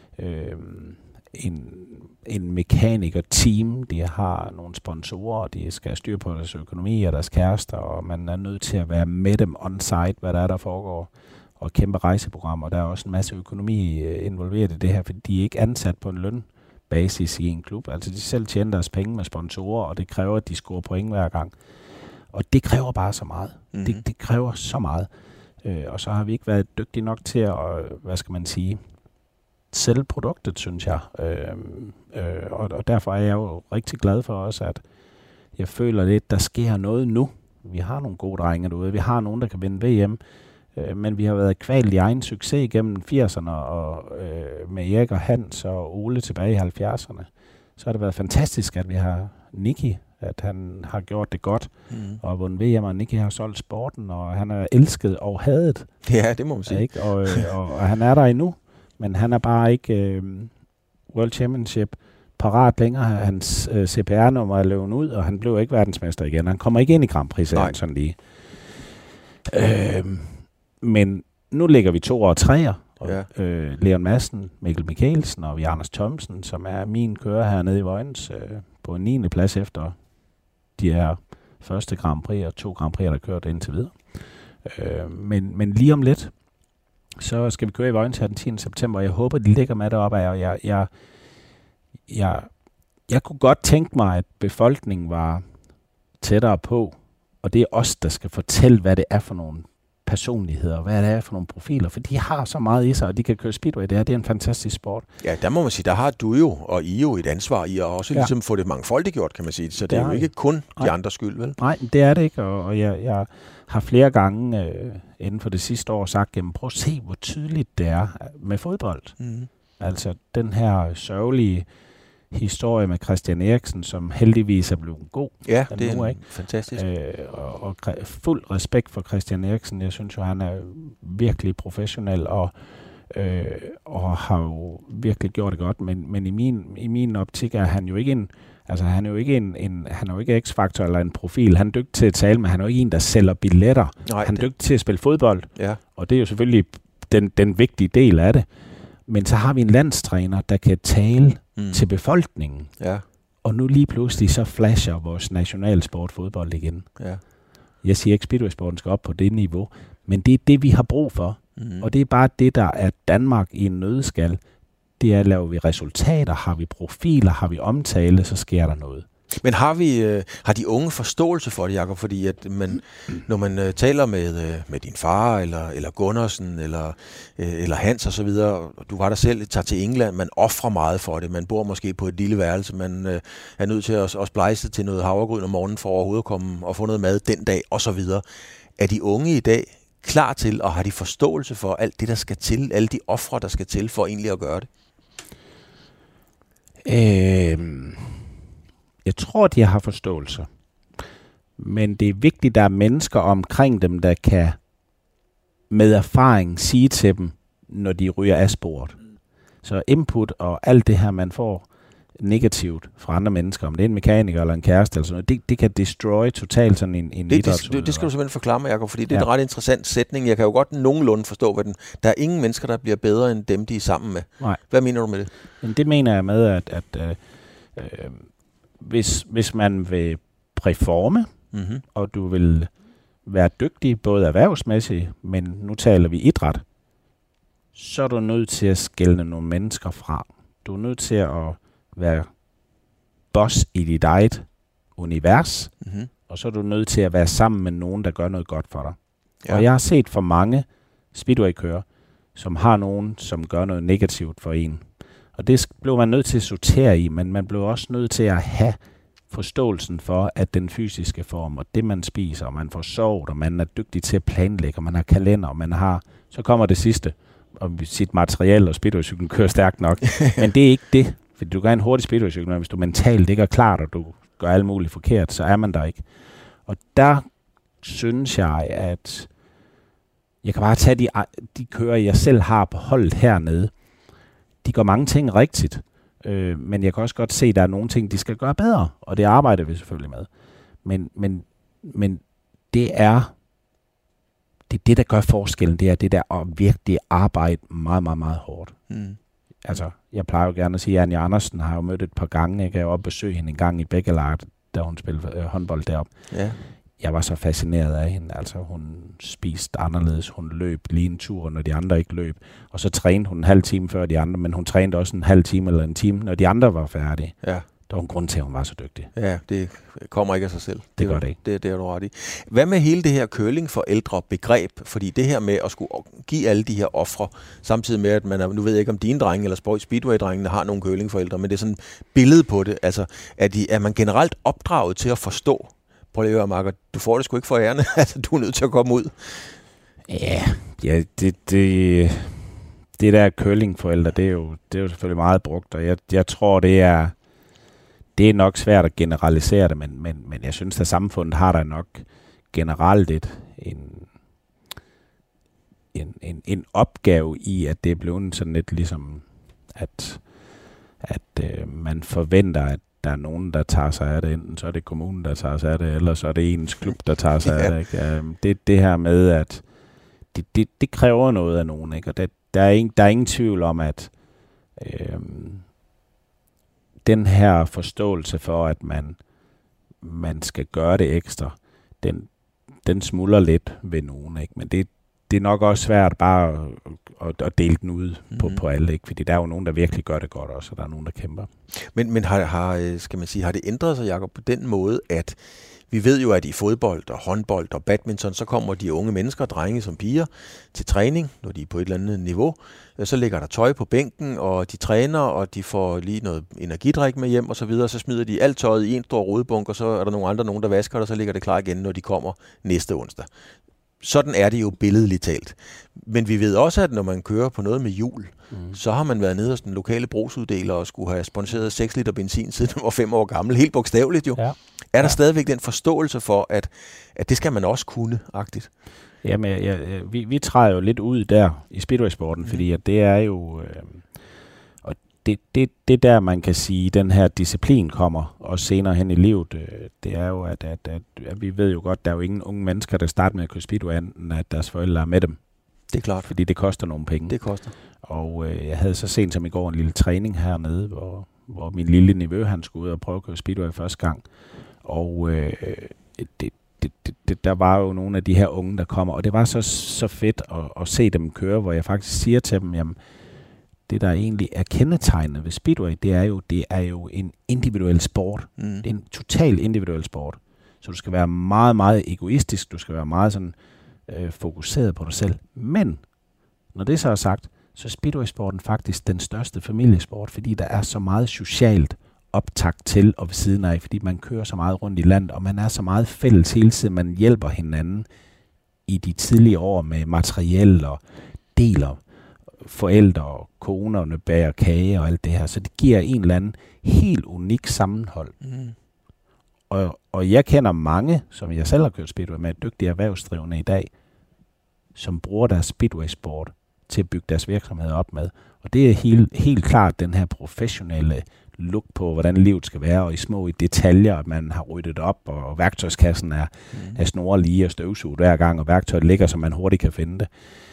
en mekaniker-team, de har nogle sponsorer, de skal styre på deres økonomi og deres kærester, og man er nødt til at være med dem on-site, hvad der foregår, og kæmpe rejseprogrammer. Der er også en masse økonomi involveret i det her, fordi de er ikke ansat på en lønbasis i en klub. Altså de selv tjener deres penge med sponsorer, og det kræver, at de scorer point hver gang. Og det kræver bare så meget. Det kræver så meget. Og så har vi ikke været dygtige nok til at, hvad skal man sige, sælge produktet, synes jeg. Og derfor er jeg jo rigtig glad for også, at jeg føler lidt, der sker noget nu. Vi har nogle gode drenge derude. Vi har nogen, der kan vinde VM. Men vi har været kvalt i egen succes igennem 80'erne, og med Erik og Hans og Ole tilbage i 70'erne. Så har det været fantastisk, at vi har Nicky, at han har gjort det godt, og vundet VM, og Nicky har solgt sporten, og han er elsket og hadet. Ja, det må man sige. Ikke? Og han er der endnu, men han er bare ikke World Championship parat længere. Hans CPR-nummer er løbet ud, og han blev ikke verdensmester igen. Han kommer ikke ind i Grand Prix, sådan lige. Men nu ligger vi 2 og 3'er. Leon Madsen, Mikkel Mikkelsen og Anders Thomsen, som er min kører hernede i Vojens, på en 9. plads efter de her første Grand Prix og 2 Grand Prix, der kørt indtil videre. Men lige om lidt, så skal vi køre i Vojens her den 10. september, og jeg håber, de ligger med deroppe af, og jeg kunne godt tænke mig, at befolkningen var tættere på, og det er os, der skal fortælle, hvad det er for nogle personligheder, hvad det er for nogle profiler, for de har så meget i sig, og de kan køre speedway. Det er en fantastisk sport. Ja, der må man sige, der har du jo, og I jo et ansvar i at også ligesom få det mangfoldigt gjort, kan man sige. Så det er jo ikke kun de andres skyld, vel? Nej, det er det ikke, og jeg har flere gange inden for det sidste år sagt, jamen prøv at se, hvor tydeligt det er med fodbold. Altså den her sørgelige historie med Christian Eriksen, som heldigvis er blevet god. Ja, det er fantastisk. Og fuld respekt for Christian Eriksen. Jeg synes jo, han er virkelig professionel og har jo virkelig gjort det godt. Men i min optik er han jo ikke han er jo ikke X-faktor eller en profil. Han er dygtig til at tale, men han er jo ikke en, der sælger billetter. Nej, han er dygtig til at spille fodbold. Ja. Og det er jo selvfølgelig den vigtige del af det. Men så har vi en landstræner, der kan tale til befolkningen. Ja. Og nu lige pludselig så flasher vores nationalsport fodbold igen. Ja. Jeg siger ikke, Speedway-sporten skal op på det niveau, men det er det, vi har brug for. Og det er bare det, der er Danmark i en nøddeskal. Det er, laver vi resultater, har vi profiler, har vi omtale, så sker der noget. Men har de unge forståelse for det, Jakob? Fordi at når man taler med din far, eller Gunnarsen, eller Hans og så videre, du var der selv, tager til England, man offrer meget for det. Man bor måske på et lille værelse, man er nødt til at splejse til noget havregryn om morgenen for overhovedet at komme og få noget mad den dag, og så videre. Er de unge i dag klar til, og har de forståelse for alt det, der skal til, alle de ofre, der skal til for egentlig at gøre det? Jeg tror, de har forståelse. Men det er vigtigt, at der er mennesker omkring dem, der kan med erfaring sige til dem, når de ryger af sporet. Så input og alt det her, man får negativt fra andre mennesker, om det er en mekaniker eller en kæreste eller sådan noget, det kan destroy totalt sådan en idrætsudøver. Det skal du simpelthen forklare mig, Jacob, fordi det er en ret interessant sætning. Jeg kan jo godt nogenlunde forstå, hvad der er ingen mennesker, der bliver bedre end dem, de er sammen med. Nej. Hvad mener du med det? Men det mener jeg med, at hvis man vil performe, og du vil være dygtig, både erhvervsmæssigt, men nu taler vi idræt, så er du nødt til at skelne nogle mennesker fra. Du er nødt til at være boss i dit eget univers, og så er du nødt til at være sammen med nogen, der gør noget godt for dig. Ja. Og jeg har set for mange speedway-kører, som har nogen, som gør noget negativt for en. Og det blev man nødt til at sortere i, men man blev også nødt til at have forståelsen for, at den fysiske form, og det man spiser, og man får sovet, og man er dygtig til at planlægge, og man har kalender, og man har, så kommer det sidste, og sit materiel og speedwaycyklen kører stærkt nok. Men det er ikke det, fordi du kan have en hurtig speedwaycykel, men hvis du mentalt ikke er klart, og du gør alt muligt forkert, så er man der ikke. Og der synes jeg, at jeg kan bare tage de kører, jeg selv har på holdet hernede. De gør mange ting rigtigt, men jeg kan også godt se, at der er nogle ting, de skal gøre bedre, og det arbejder vi selvfølgelig med. Men det er det, der gør forskellen, det er det der at virkelig arbejde meget, meget, meget hårdt. Altså, jeg plejer jo gerne at sige, at Anja Andersen har jo mødt et par gange. Jeg kan jo besøge hende en gang i Bækkelaget, da hun spillede håndbold deroppe. Ja. Jeg var så fascineret af hende. Altså, hun spiste anderledes. Hun løb lige en tur, når de andre ikke løb. Og så trænede hun en halv time før de andre, men hun trænede også en halv time eller en time, når de andre var færdige. Ja. Der var en grund til, at hun var så dygtig. Ja, det kommer ikke af sig selv. Det gør det ikke. Det er du ret i. Hvad med hele det her curling for ældre begreb? Fordi det her med at skulle give alle de her ofre, samtidig med, at man nu ved jeg ikke, om dine drenge eller speedway-drengene har nogle curlingforældre, men det er sådan et billede på det. Altså, er man generelt opdraget til at forstå? Prøv lige at høre, Marker, du får det sgu ikke for ærende. Altså, du er nødt til at komme ud. Ja, det der curlingforældre, det er jo selvfølgelig meget brugt, og jeg tror, det er nok svært at generalisere det, men jeg synes, at samfundet har der nok generelt en opgave i, at det er blevet sådan lidt ligesom, at man forventer, at der er nogen, der tager sig af det. Enten så er det kommunen, der tager sig af det, eller så er det ens klub, der tager sig af det. Ikke? Det her med, at det kræver noget af nogen, ikke? Og der er ingen tvivl om, at den her forståelse for, at man skal gøre det ekstra, den smuldrer lidt ved nogen, ikke? Men det er nok også svært bare at dele den ud på alle, ikke? Fordi der er jo nogen, der virkelig gør det godt også, og der er nogen, der kæmper. Men har det ændret sig, Jacob, på den måde, at vi ved jo, at i fodbold og håndbold og badminton, så kommer de unge mennesker, drenge som piger, til træning, når de er på et eller andet niveau. Så ligger der tøj på bænken, og de træner, og de får lige noget energidrik med hjem og så videre. Så smider de alt tøjet i en stor rodebunk, og så er der nogen, der vasker det, og så ligger det klar igen, når de kommer næste onsdag. Sådan er det jo billedligt talt. Men vi ved også, at når man kører på noget med hjul, så har man været nede hos den lokale brugsuddeler og skulle have sponsoreret 6 liter benzin, siden man var 5 år gammel. Helt bogstaveligt jo. Ja. Er der stadigvæk den forståelse for, at det skal man også kunne-agtigt? Jamen, vi træder jo lidt ud der i speedway-sporten, fordi at det er jo... og det der, man kan sige, den her disciplin kommer, og senere hen i livet, det er jo, at vi ved jo godt, der er jo ingen unge mennesker, der starter med at køre speedway, enten at deres forældre er med dem. Det er klart. Fordi det koster nogle penge. Det koster. Og jeg havde så sent som i går en lille træning hernede, hvor min lille nevø, han skulle ud og prøve at køre speedway første gang. Og der var jo nogle af de her unge, der kommer, og det var så fedt at se dem køre, hvor jeg faktisk siger til dem, jamen, det der egentlig er kendetegnet ved Speedway, det er jo en individuel sport. Det er en total individuel sport. Så du skal være meget, meget egoistisk, du skal være meget sådan fokuseret på dig selv. Men, når det så er sagt, så er Speedway-sporten faktisk den største familiesport, fordi der er så meget socialt optakt til og ved siden af, fordi man kører så meget rundt i landet, og man er så meget fælles hele tiden, man hjælper hinanden i de tidlige år med materiel og deler forældre og konerne bager kage og alt det her. Så det giver en eller anden helt unik sammenhold. Og jeg kender mange, som jeg selv har kørt Speedway med, dygtige erhvervsdrivende i dag, som bruger deres Speedway-sport til at bygge deres virksomhed op med. Og det er helt klart den her professionelle look på, hvordan livet skal være, og i små detaljer, at man har ryddet op, og værktøjskassen er snoret lige og støvsuget hver gang, og værktøjet ligger, så man hurtigt kan finde det.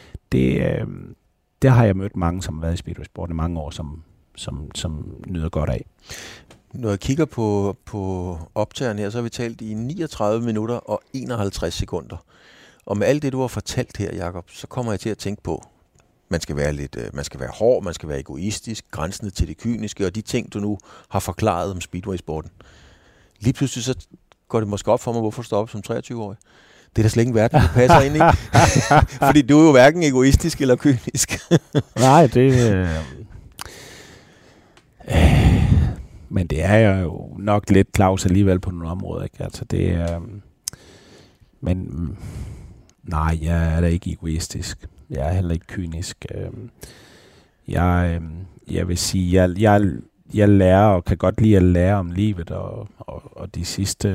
Det har jeg mødt mange, som har været i Speedway-sporten i mange år, som nyder godt af. Når jeg kigger på optageren her, så har vi talt i 39 minutter og 51 sekunder. Og med alt det, du har fortalt her, Jakob, så kommer jeg til at tænke på, man skal være hård, man skal være egoistisk, grænsende til det kyniske, og de ting, du nu har forklaret om Speedway-sporten. Lige pludselig så går det måske op for mig, hvorfor du står op som 23-årig. Det er da slet ikke en verden, du passer ind i. Fordi du er jo hverken egoistisk eller kynisk. Nej, det... Men det er jo nok lidt Claus alligevel på nogle områder, ikke? Altså det er... Men nej, jeg er da ikke egoistisk. Jeg er heller ikke kynisk. Jeg vil sige, jeg lærer og kan godt lide at lære om livet, og de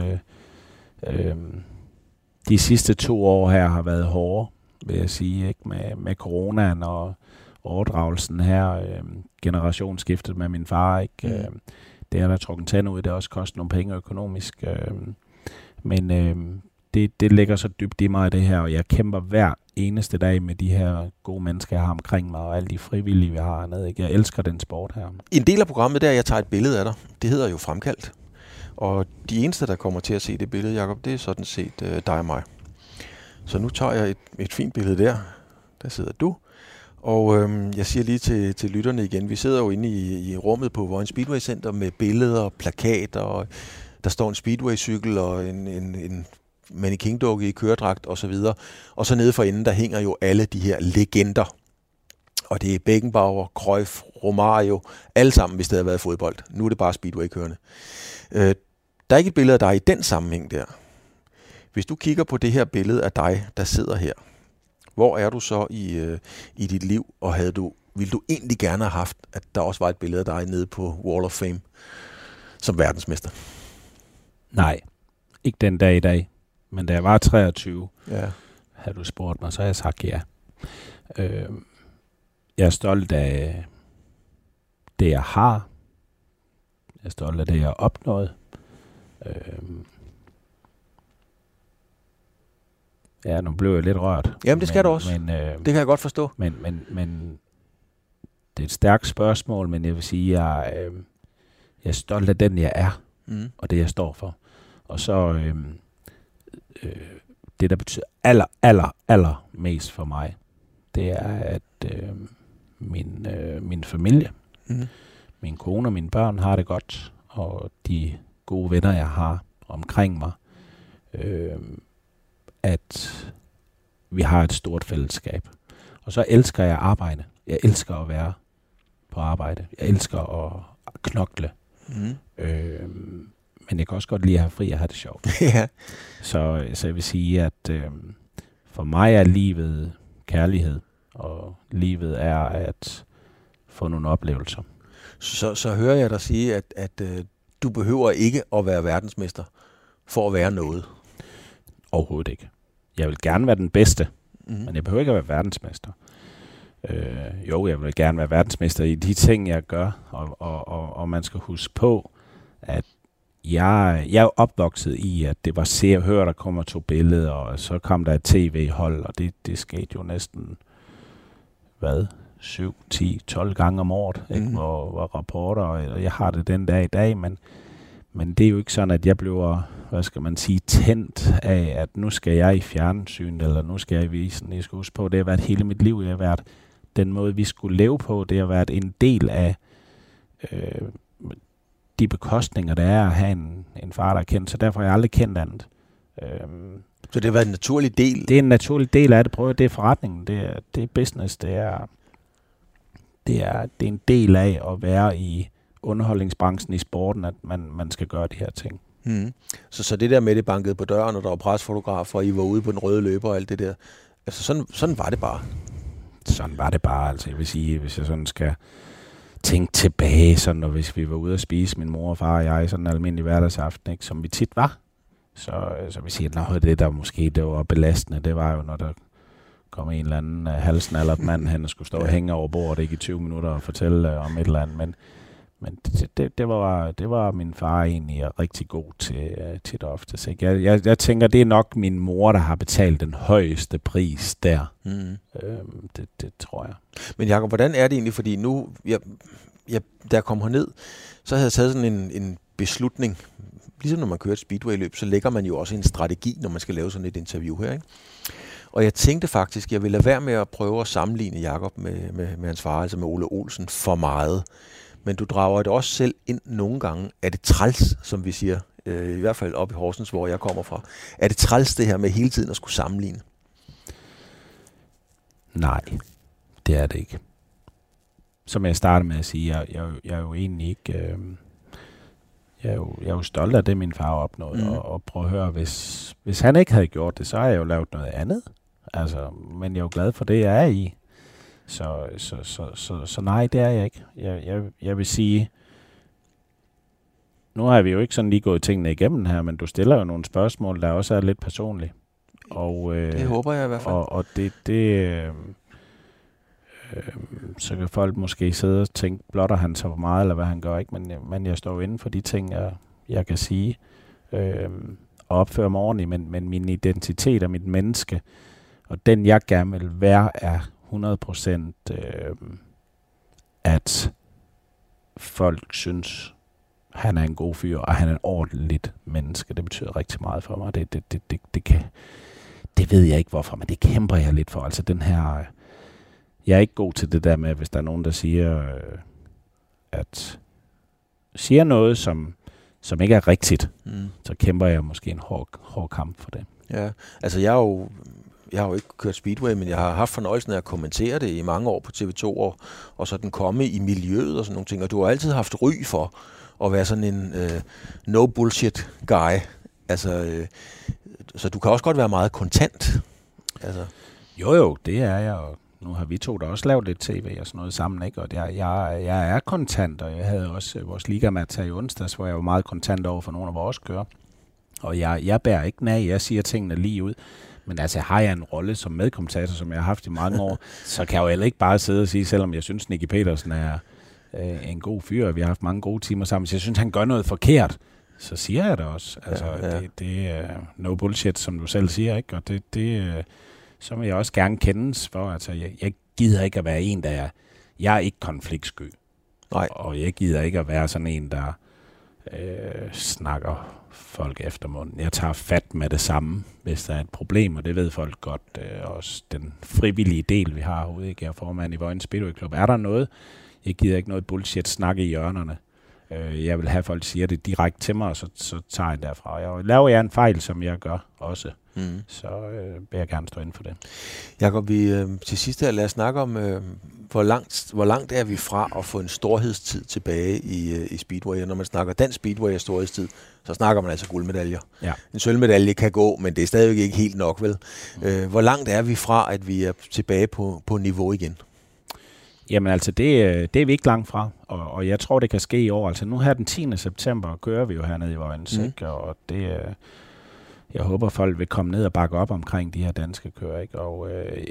sidste 2 år her har været hårde, vil jeg sige, ikke? Med coronaen og overdragelsen her, generationsskiftet med min far, ikke? Det er der trukket tænder ud, det har også kostet nogle penge økonomisk, men det ligger så dybt i mig, det her, og jeg kæmper hver eneste dag med de her gode mennesker, jeg har omkring mig, og alle de frivillige, vi har hernede, ikke? Jeg elsker den sport her. En del af programmet, der jeg tager et billede af dig, det hedder jo Fremkaldt. Og de eneste, der kommer til at se det billede, Jakob, det er sådan set dig og mig. Så nu tager jeg et fint billede der. Der sidder du. Og jeg siger lige til lytterne igen, vi sidder jo inde i rummet på Vojens Speedway Center med billeder og plakater, og der står en Speedway-cykel og en mannequin-dukke i køredragt og så videre. Og så nede for enden, der hænger jo alle de her legender. Og det er Beckenbauer, Cruyff, Romario, alle sammen, hvis det havde været fodbold. Nu er det bare Speedway-kørende. Der er ikke et billede af dig i den sammenhæng der. Hvis du kigger på det her billede af dig, der sidder her, hvor er du så i dit liv, og ville du egentlig gerne have haft, at der også var et billede af dig nede på Wall of Fame som verdensmester? Nej, ikke den dag i dag. Men da jeg var 23, havde du spurgt mig, så havde jeg sagt ja. Jeg er stolt af det, jeg har. Jeg er stolt af det, jeg har opnået. Ja, nu blev jeg lidt rørt. Jamen, det skal du også. Men, det kan jeg godt forstå. Men det er et stærkt spørgsmål, men jeg vil sige, jeg er stolt af den, jeg er, og det, jeg står for. Og så det, der betyder aller mest for mig, det er, at min familie, min kone og mine børn har det godt, og de gode venner, jeg har omkring mig, at vi har et stort fællesskab. Og så elsker jeg arbejde. Jeg elsker at være på arbejde. Jeg elsker at knokle. Men jeg kan også godt lide at have fri og have det sjovt. Ja. Så jeg vil sige, at for mig er livet kærlighed, og livet er at få nogle oplevelser. Så hører jeg dig sige, at du behøver ikke at være verdensmester for at være noget. Overhovedet ikke. Jeg vil gerne være den bedste, men jeg behøver ikke at være verdensmester. Jo, jeg vil gerne være verdensmester i de ting, jeg gør, og man skal huske på, at jeg er opvokset i, at det var Se og Hør, der kom og tog billeder, og så kom der et tv-hold, og det skete jo næsten, 7, 10, 12 gange om året, ikke? Hvor rapporter, og jeg har det den dag i dag, men det er jo ikke sådan, at jeg bliver, tændt af, at nu skal jeg i fjernsyn, eller nu skal jeg i visen. Jeg skal huske på, det har været hele mit liv, jeg har været den måde, vi skulle leve på. Det har været en del af de bekostninger, der er at have en far, der er kendt. Så derfor har jeg aldrig kendt andet. Så det har været en naturlig del? Det er en naturlig del af det. Prøv at det er forretningen. Det er business. Det er en del af at være i underholdningsbranchen i sporten, at man skal gøre de her ting. Så det der med, det bankede på døren, og der var presfotografer, og I var ude på den røde løber og alt det der. Altså sådan var det bare. Sådan var det bare. Altså jeg vil sige, hvis jeg sådan skal tænke tilbage, sådan, og hvis vi var ude at spise, min mor og far og jeg, sådan en almindelig hverdagsaften, ikke, som vi tit var, så vil sige, at noget af det, der måske det var belastende, det var jo, når der kom en eller anden halsnallert mand hen og skulle stå og hænge over bordet, ikke i 20 minutter og fortælle om et eller andet, men det var min far egentlig rigtig god til tit og ofte. Så jeg tænker, det er nok min mor, der har betalt den højeste pris der. Det tror jeg. Men Jakob, hvordan er det egentlig? Fordi nu, da jeg kom herned, så havde jeg taget sådan en beslutning. Ligesom når man kører et speedway-løb, så lægger man jo også en strategi, når man skal lave sådan et interview her, ikke? Og jeg tænkte faktisk, jeg ville lade være med at prøve at sammenligne Jakob med hans far, altså med Ole Olsen, for meget. Men du drager det også selv ind nogle gange. Er det træls, som vi siger, i hvert fald op i Horsens, hvor jeg kommer fra? Er det træls det her med hele tiden at skulle sammenligne? Nej, det er det ikke. Som jeg startede med at sige, jeg er jo egentlig ikke... Jeg er jo stolt af det, min far opnåede, og prøv at høre, hvis han ikke havde gjort det, så har jeg jo lavet noget andet. Altså, men jeg er jo glad for det, jeg er i. Så nej, det er jeg ikke. Jeg vil sige, nu har vi jo ikke sådan lige gået tingene igennem her, men du stiller jo nogle spørgsmål, der også er lidt personlige. Og, det håber jeg i hvert fald. Og så kan folk måske sidde og tænke, blotter han så for meget, eller hvad han gør, ikke? Men jeg står inden for de ting, jeg kan sige, og opføre mig ordentligt, men min identitet og mit menneske, og den jeg gerne vil være, er 100% at folk synes, han er en god fyr, og han er et ordentligt menneske. Det betyder rigtig meget for mig. Det ved jeg ikke hvorfor, men det kæmper jeg lidt for. Altså den her... Jeg er ikke god til det der med, hvis der er nogen, der siger noget, som ikke er rigtigt, så kæmper jeg måske en hård kamp for det. Ja, altså jeg har jo ikke kørt speedway, men jeg har haft fornøjelsen af at kommentere det i mange år på TV2, og sådan komme i miljøet og sådan nogle ting, og du har altid haft ry for at være sådan en no bullshit guy. Altså, så du kan også godt være meget kontant. Altså. Jo, det er jeg, og nu har vi to da også lavet lidt tv og sådan noget sammen, ikke? Og jeg er kontant, og jeg havde også vores ligamatch her i onsdags, hvor jeg var meget kontant over for nogle af vores kører. Og jeg bærer ikke nag, jeg siger tingene lige ud. Men altså, har jeg en rolle som medkommentator, som jeg har haft i mange år, så kan jeg jo heller ikke bare sidde og sige, selvom jeg synes, Nicky Petersen er en god fyr, og vi har haft mange gode timer sammen, så jeg synes, han gør noget forkert, så siger jeg det også. Altså, det er no bullshit, som du selv siger, ikke? Og det så vil jeg også gerne kendes for. Altså, jeg gider ikke at være en, jeg er ikke konfliktsky. Nej. Og jeg gider ikke at være sådan en, der snakker folk efter munden. Jeg tager fat med det samme, hvis der er et problem, og det ved folk godt. Også den frivillige del, vi har herude, ikke? Jeg er formand i Vojens Speedway Club. Er der noget? Jeg gider ikke noget bullshit snakke i hjørnerne. Jeg vil have, at folk siger det direkte til mig, og så tager jeg derfra. Jeg laver en fejl, som jeg gør også. Så vil jeg gerne stå inden for det. Jakob, til sidst her, lad os snakke om, hvor langt er vi fra at få en storhedstid tilbage i Speedway. Når man snakker dansk Speedway og storhedstid, så snakker man altså guldmedaljer. Ja. En sølvmedalje kan gå, men det er stadigvæk ikke helt nok, vel? Hvor langt er vi fra, at vi er tilbage på niveau igen? Jamen altså, det er vi ikke langt fra, og jeg tror, det kan ske i år. Altså nu her den 10. september kører vi jo hernede i Vojens, ikke? Og det jeg håber, folk vil komme ned og bakke op omkring de her danske kører, ikke? Og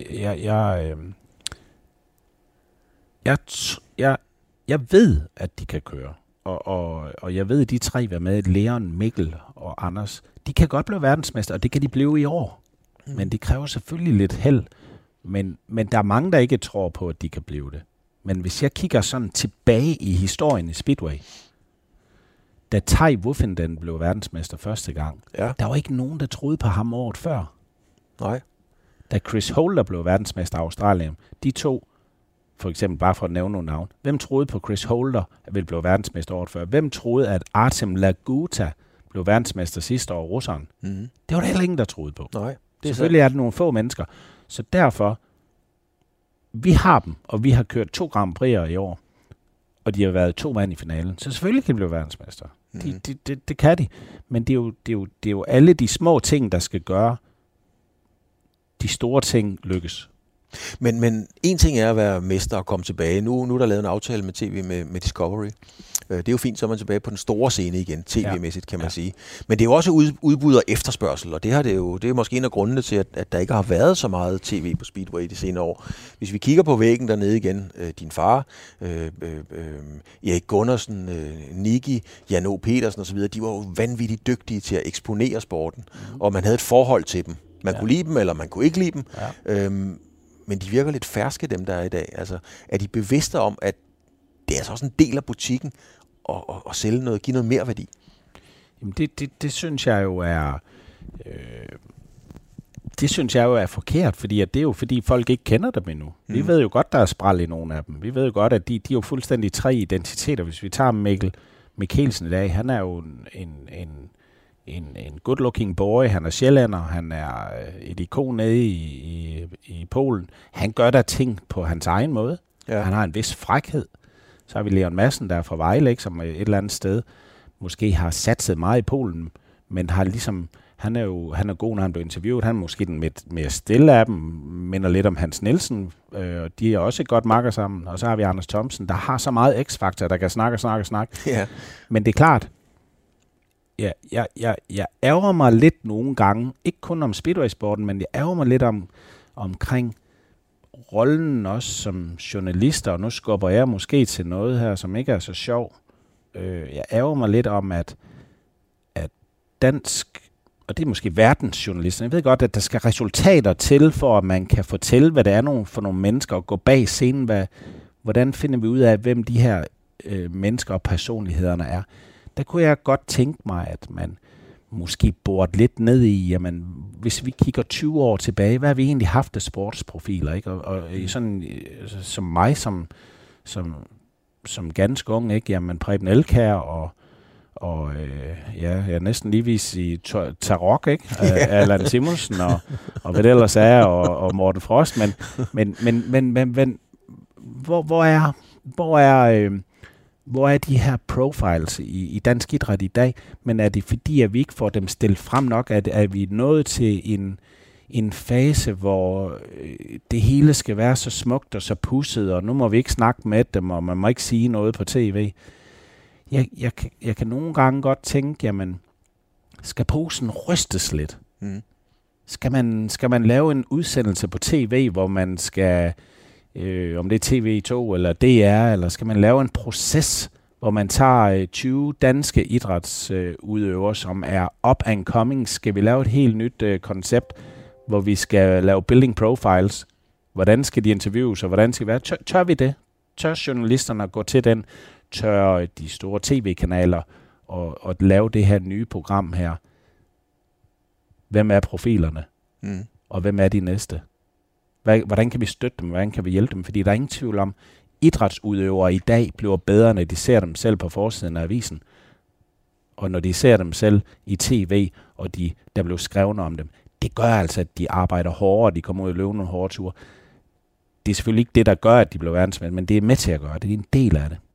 jeg ved, at de kan køre. Og jeg ved, at de tre vil med, Leon, Mikkel og Anders, de kan godt blive verdensmester, og det kan de blive i år. Men det kræver selvfølgelig lidt held. Men der er mange, der ikke tror på, at de kan blive det. Men hvis jeg kigger sådan tilbage i historien i Speedway, da Tai Woffinden blev verdensmester første gang, der var ikke nogen, der troede på ham året før. Nej. Da Chris Holder blev verdensmester i Australien, de to for eksempel bare for at nævne nogle navn. Hvem troede på Chris Holder ville blive verdensmester året før? Hvem troede, at Artem Laguta blev verdensmester sidste år, russeren? Det var der heller ingen, der troede på. Nej, Selvfølgelig er det nogle få mennesker. Så derfor, vi har dem, og vi har kørt 2 Grand Prix'er i år, og de har været 2 mand i finalen. Så selvfølgelig kan de blive verdensmester. Det kan de. Men det er jo alle de små ting, der skal gøre de store ting lykkes. Men en ting er at være mester og komme tilbage. Nu er der lavet en aftale med TV med Discovery. Det er jo fint, så er man tilbage på den store scene igen, tv-mæssigt kan man sige. Men det er jo også udbud og efterspørgsel, og det er måske en af grundene til, at der ikke har været så meget tv på Speedway de senere år. Hvis vi kigger på væggen dernede igen, din far, Erik Gundersen, Niki, Jan O. Petersen osv., de var jo vanvittigt dygtige til at eksponere sporten, og man havde et forhold til dem. Man kunne lide dem, eller man kunne ikke lide dem. Ja. Men de virker lidt ferske, dem der er i dag. Altså, er de bevidste om, at det er altså også en del af butikken at sælge noget, give noget mere værdi? Jamen det synes jeg jo er... Det synes jeg jo er forkert, fordi at det er jo fordi folk ikke kender dem endnu. Vi ved jo godt, der er spræl i nogle af dem. Vi ved jo godt, at de er jo fuldstændig 3 identiteter. Hvis vi tager Mikkel Mikkelsen i dag, han er jo en good-looking boy, han er sjællænder, han er et ikon nede i Polen. Han gør der ting på hans egen måde. Ja. Han har en vis frækhed. Så har vi Leon Madsen, der er fra Vejle, som et eller andet sted måske har satset meget i Polen, men har ligesom, han er god, når han bliver interviewet. Han er måske den mere stille af dem, minder lidt om Hans Nielsen, og de er også et godt makker sammen. Og så har vi Anders Thomsen, der har så meget x-faktor, der kan snakke. Ja. Men det er klart, jeg ærger mig lidt nogle gange, ikke kun om speedway-sporten, men jeg ærger mig lidt omkring rollen også som journalister, og nu skubber jeg måske til noget her, som ikke er så sjov. Jeg ærger mig lidt om, at dansk, og det er måske verdensjournalister, jeg ved godt, at der skal resultater til, for at man kan fortælle, hvad det er for nogle mennesker, og gå bag scenen, hvordan finder vi ud af, hvem de her mennesker og personlighederne er. Der kunne jeg godt tænke mig, at man måske boret lidt ned i, jamen, hvis vi kigger 20 år tilbage, hvad har vi egentlig haft af sportsprofiler, ikke? Og sådan som mig, som ganske ung, ikke? Jamen, Preben Elkjær og jeg næsten lige vis i Tarok, ikke? Allan Simonsen og hvad det ellers er, og Morten Frost, men hvor er de her profiles i dansk idræt i dag? Men er det fordi, at vi ikke får dem stillet frem nok? Er vi nået til en fase, hvor det hele skal være så smukt og så pudset, og nu må vi ikke snakke med dem, og man må ikke sige noget på tv? Jeg kan nogle gange godt tænke, jamen, skal posen rystes lidt? Skal man lave en udsendelse på tv, hvor man skal... om det er TV2 eller DR, eller skal man lave en proces, hvor man tager 20 danske idrætsudøvere, som er up and coming. Skal vi lave et helt nyt koncept, hvor vi skal lave building profiles? Hvordan skal de interviews, og hvordan skal det være? Tør vi det? Tør journalisterne gå til den? Tør de store tv-kanaler og lave det her nye program her? Hvem er profilerne? Og hvem er de næste? Hvordan kan vi støtte dem? Hvordan kan vi hjælpe dem? Fordi der er ingen tvivl om, idrætsudøvere i dag bliver bedre, når de ser dem selv på forsiden af avisen. Og når de ser dem selv i tv, og der bliver skrevet om dem. Det gør altså, at de arbejder hårdere, de kommer ud og løber nogle hårde ture. Det er selvfølgelig ikke det, der gør, at de bliver verdensmænd, men det er med til at gøre det. Det er en del af det.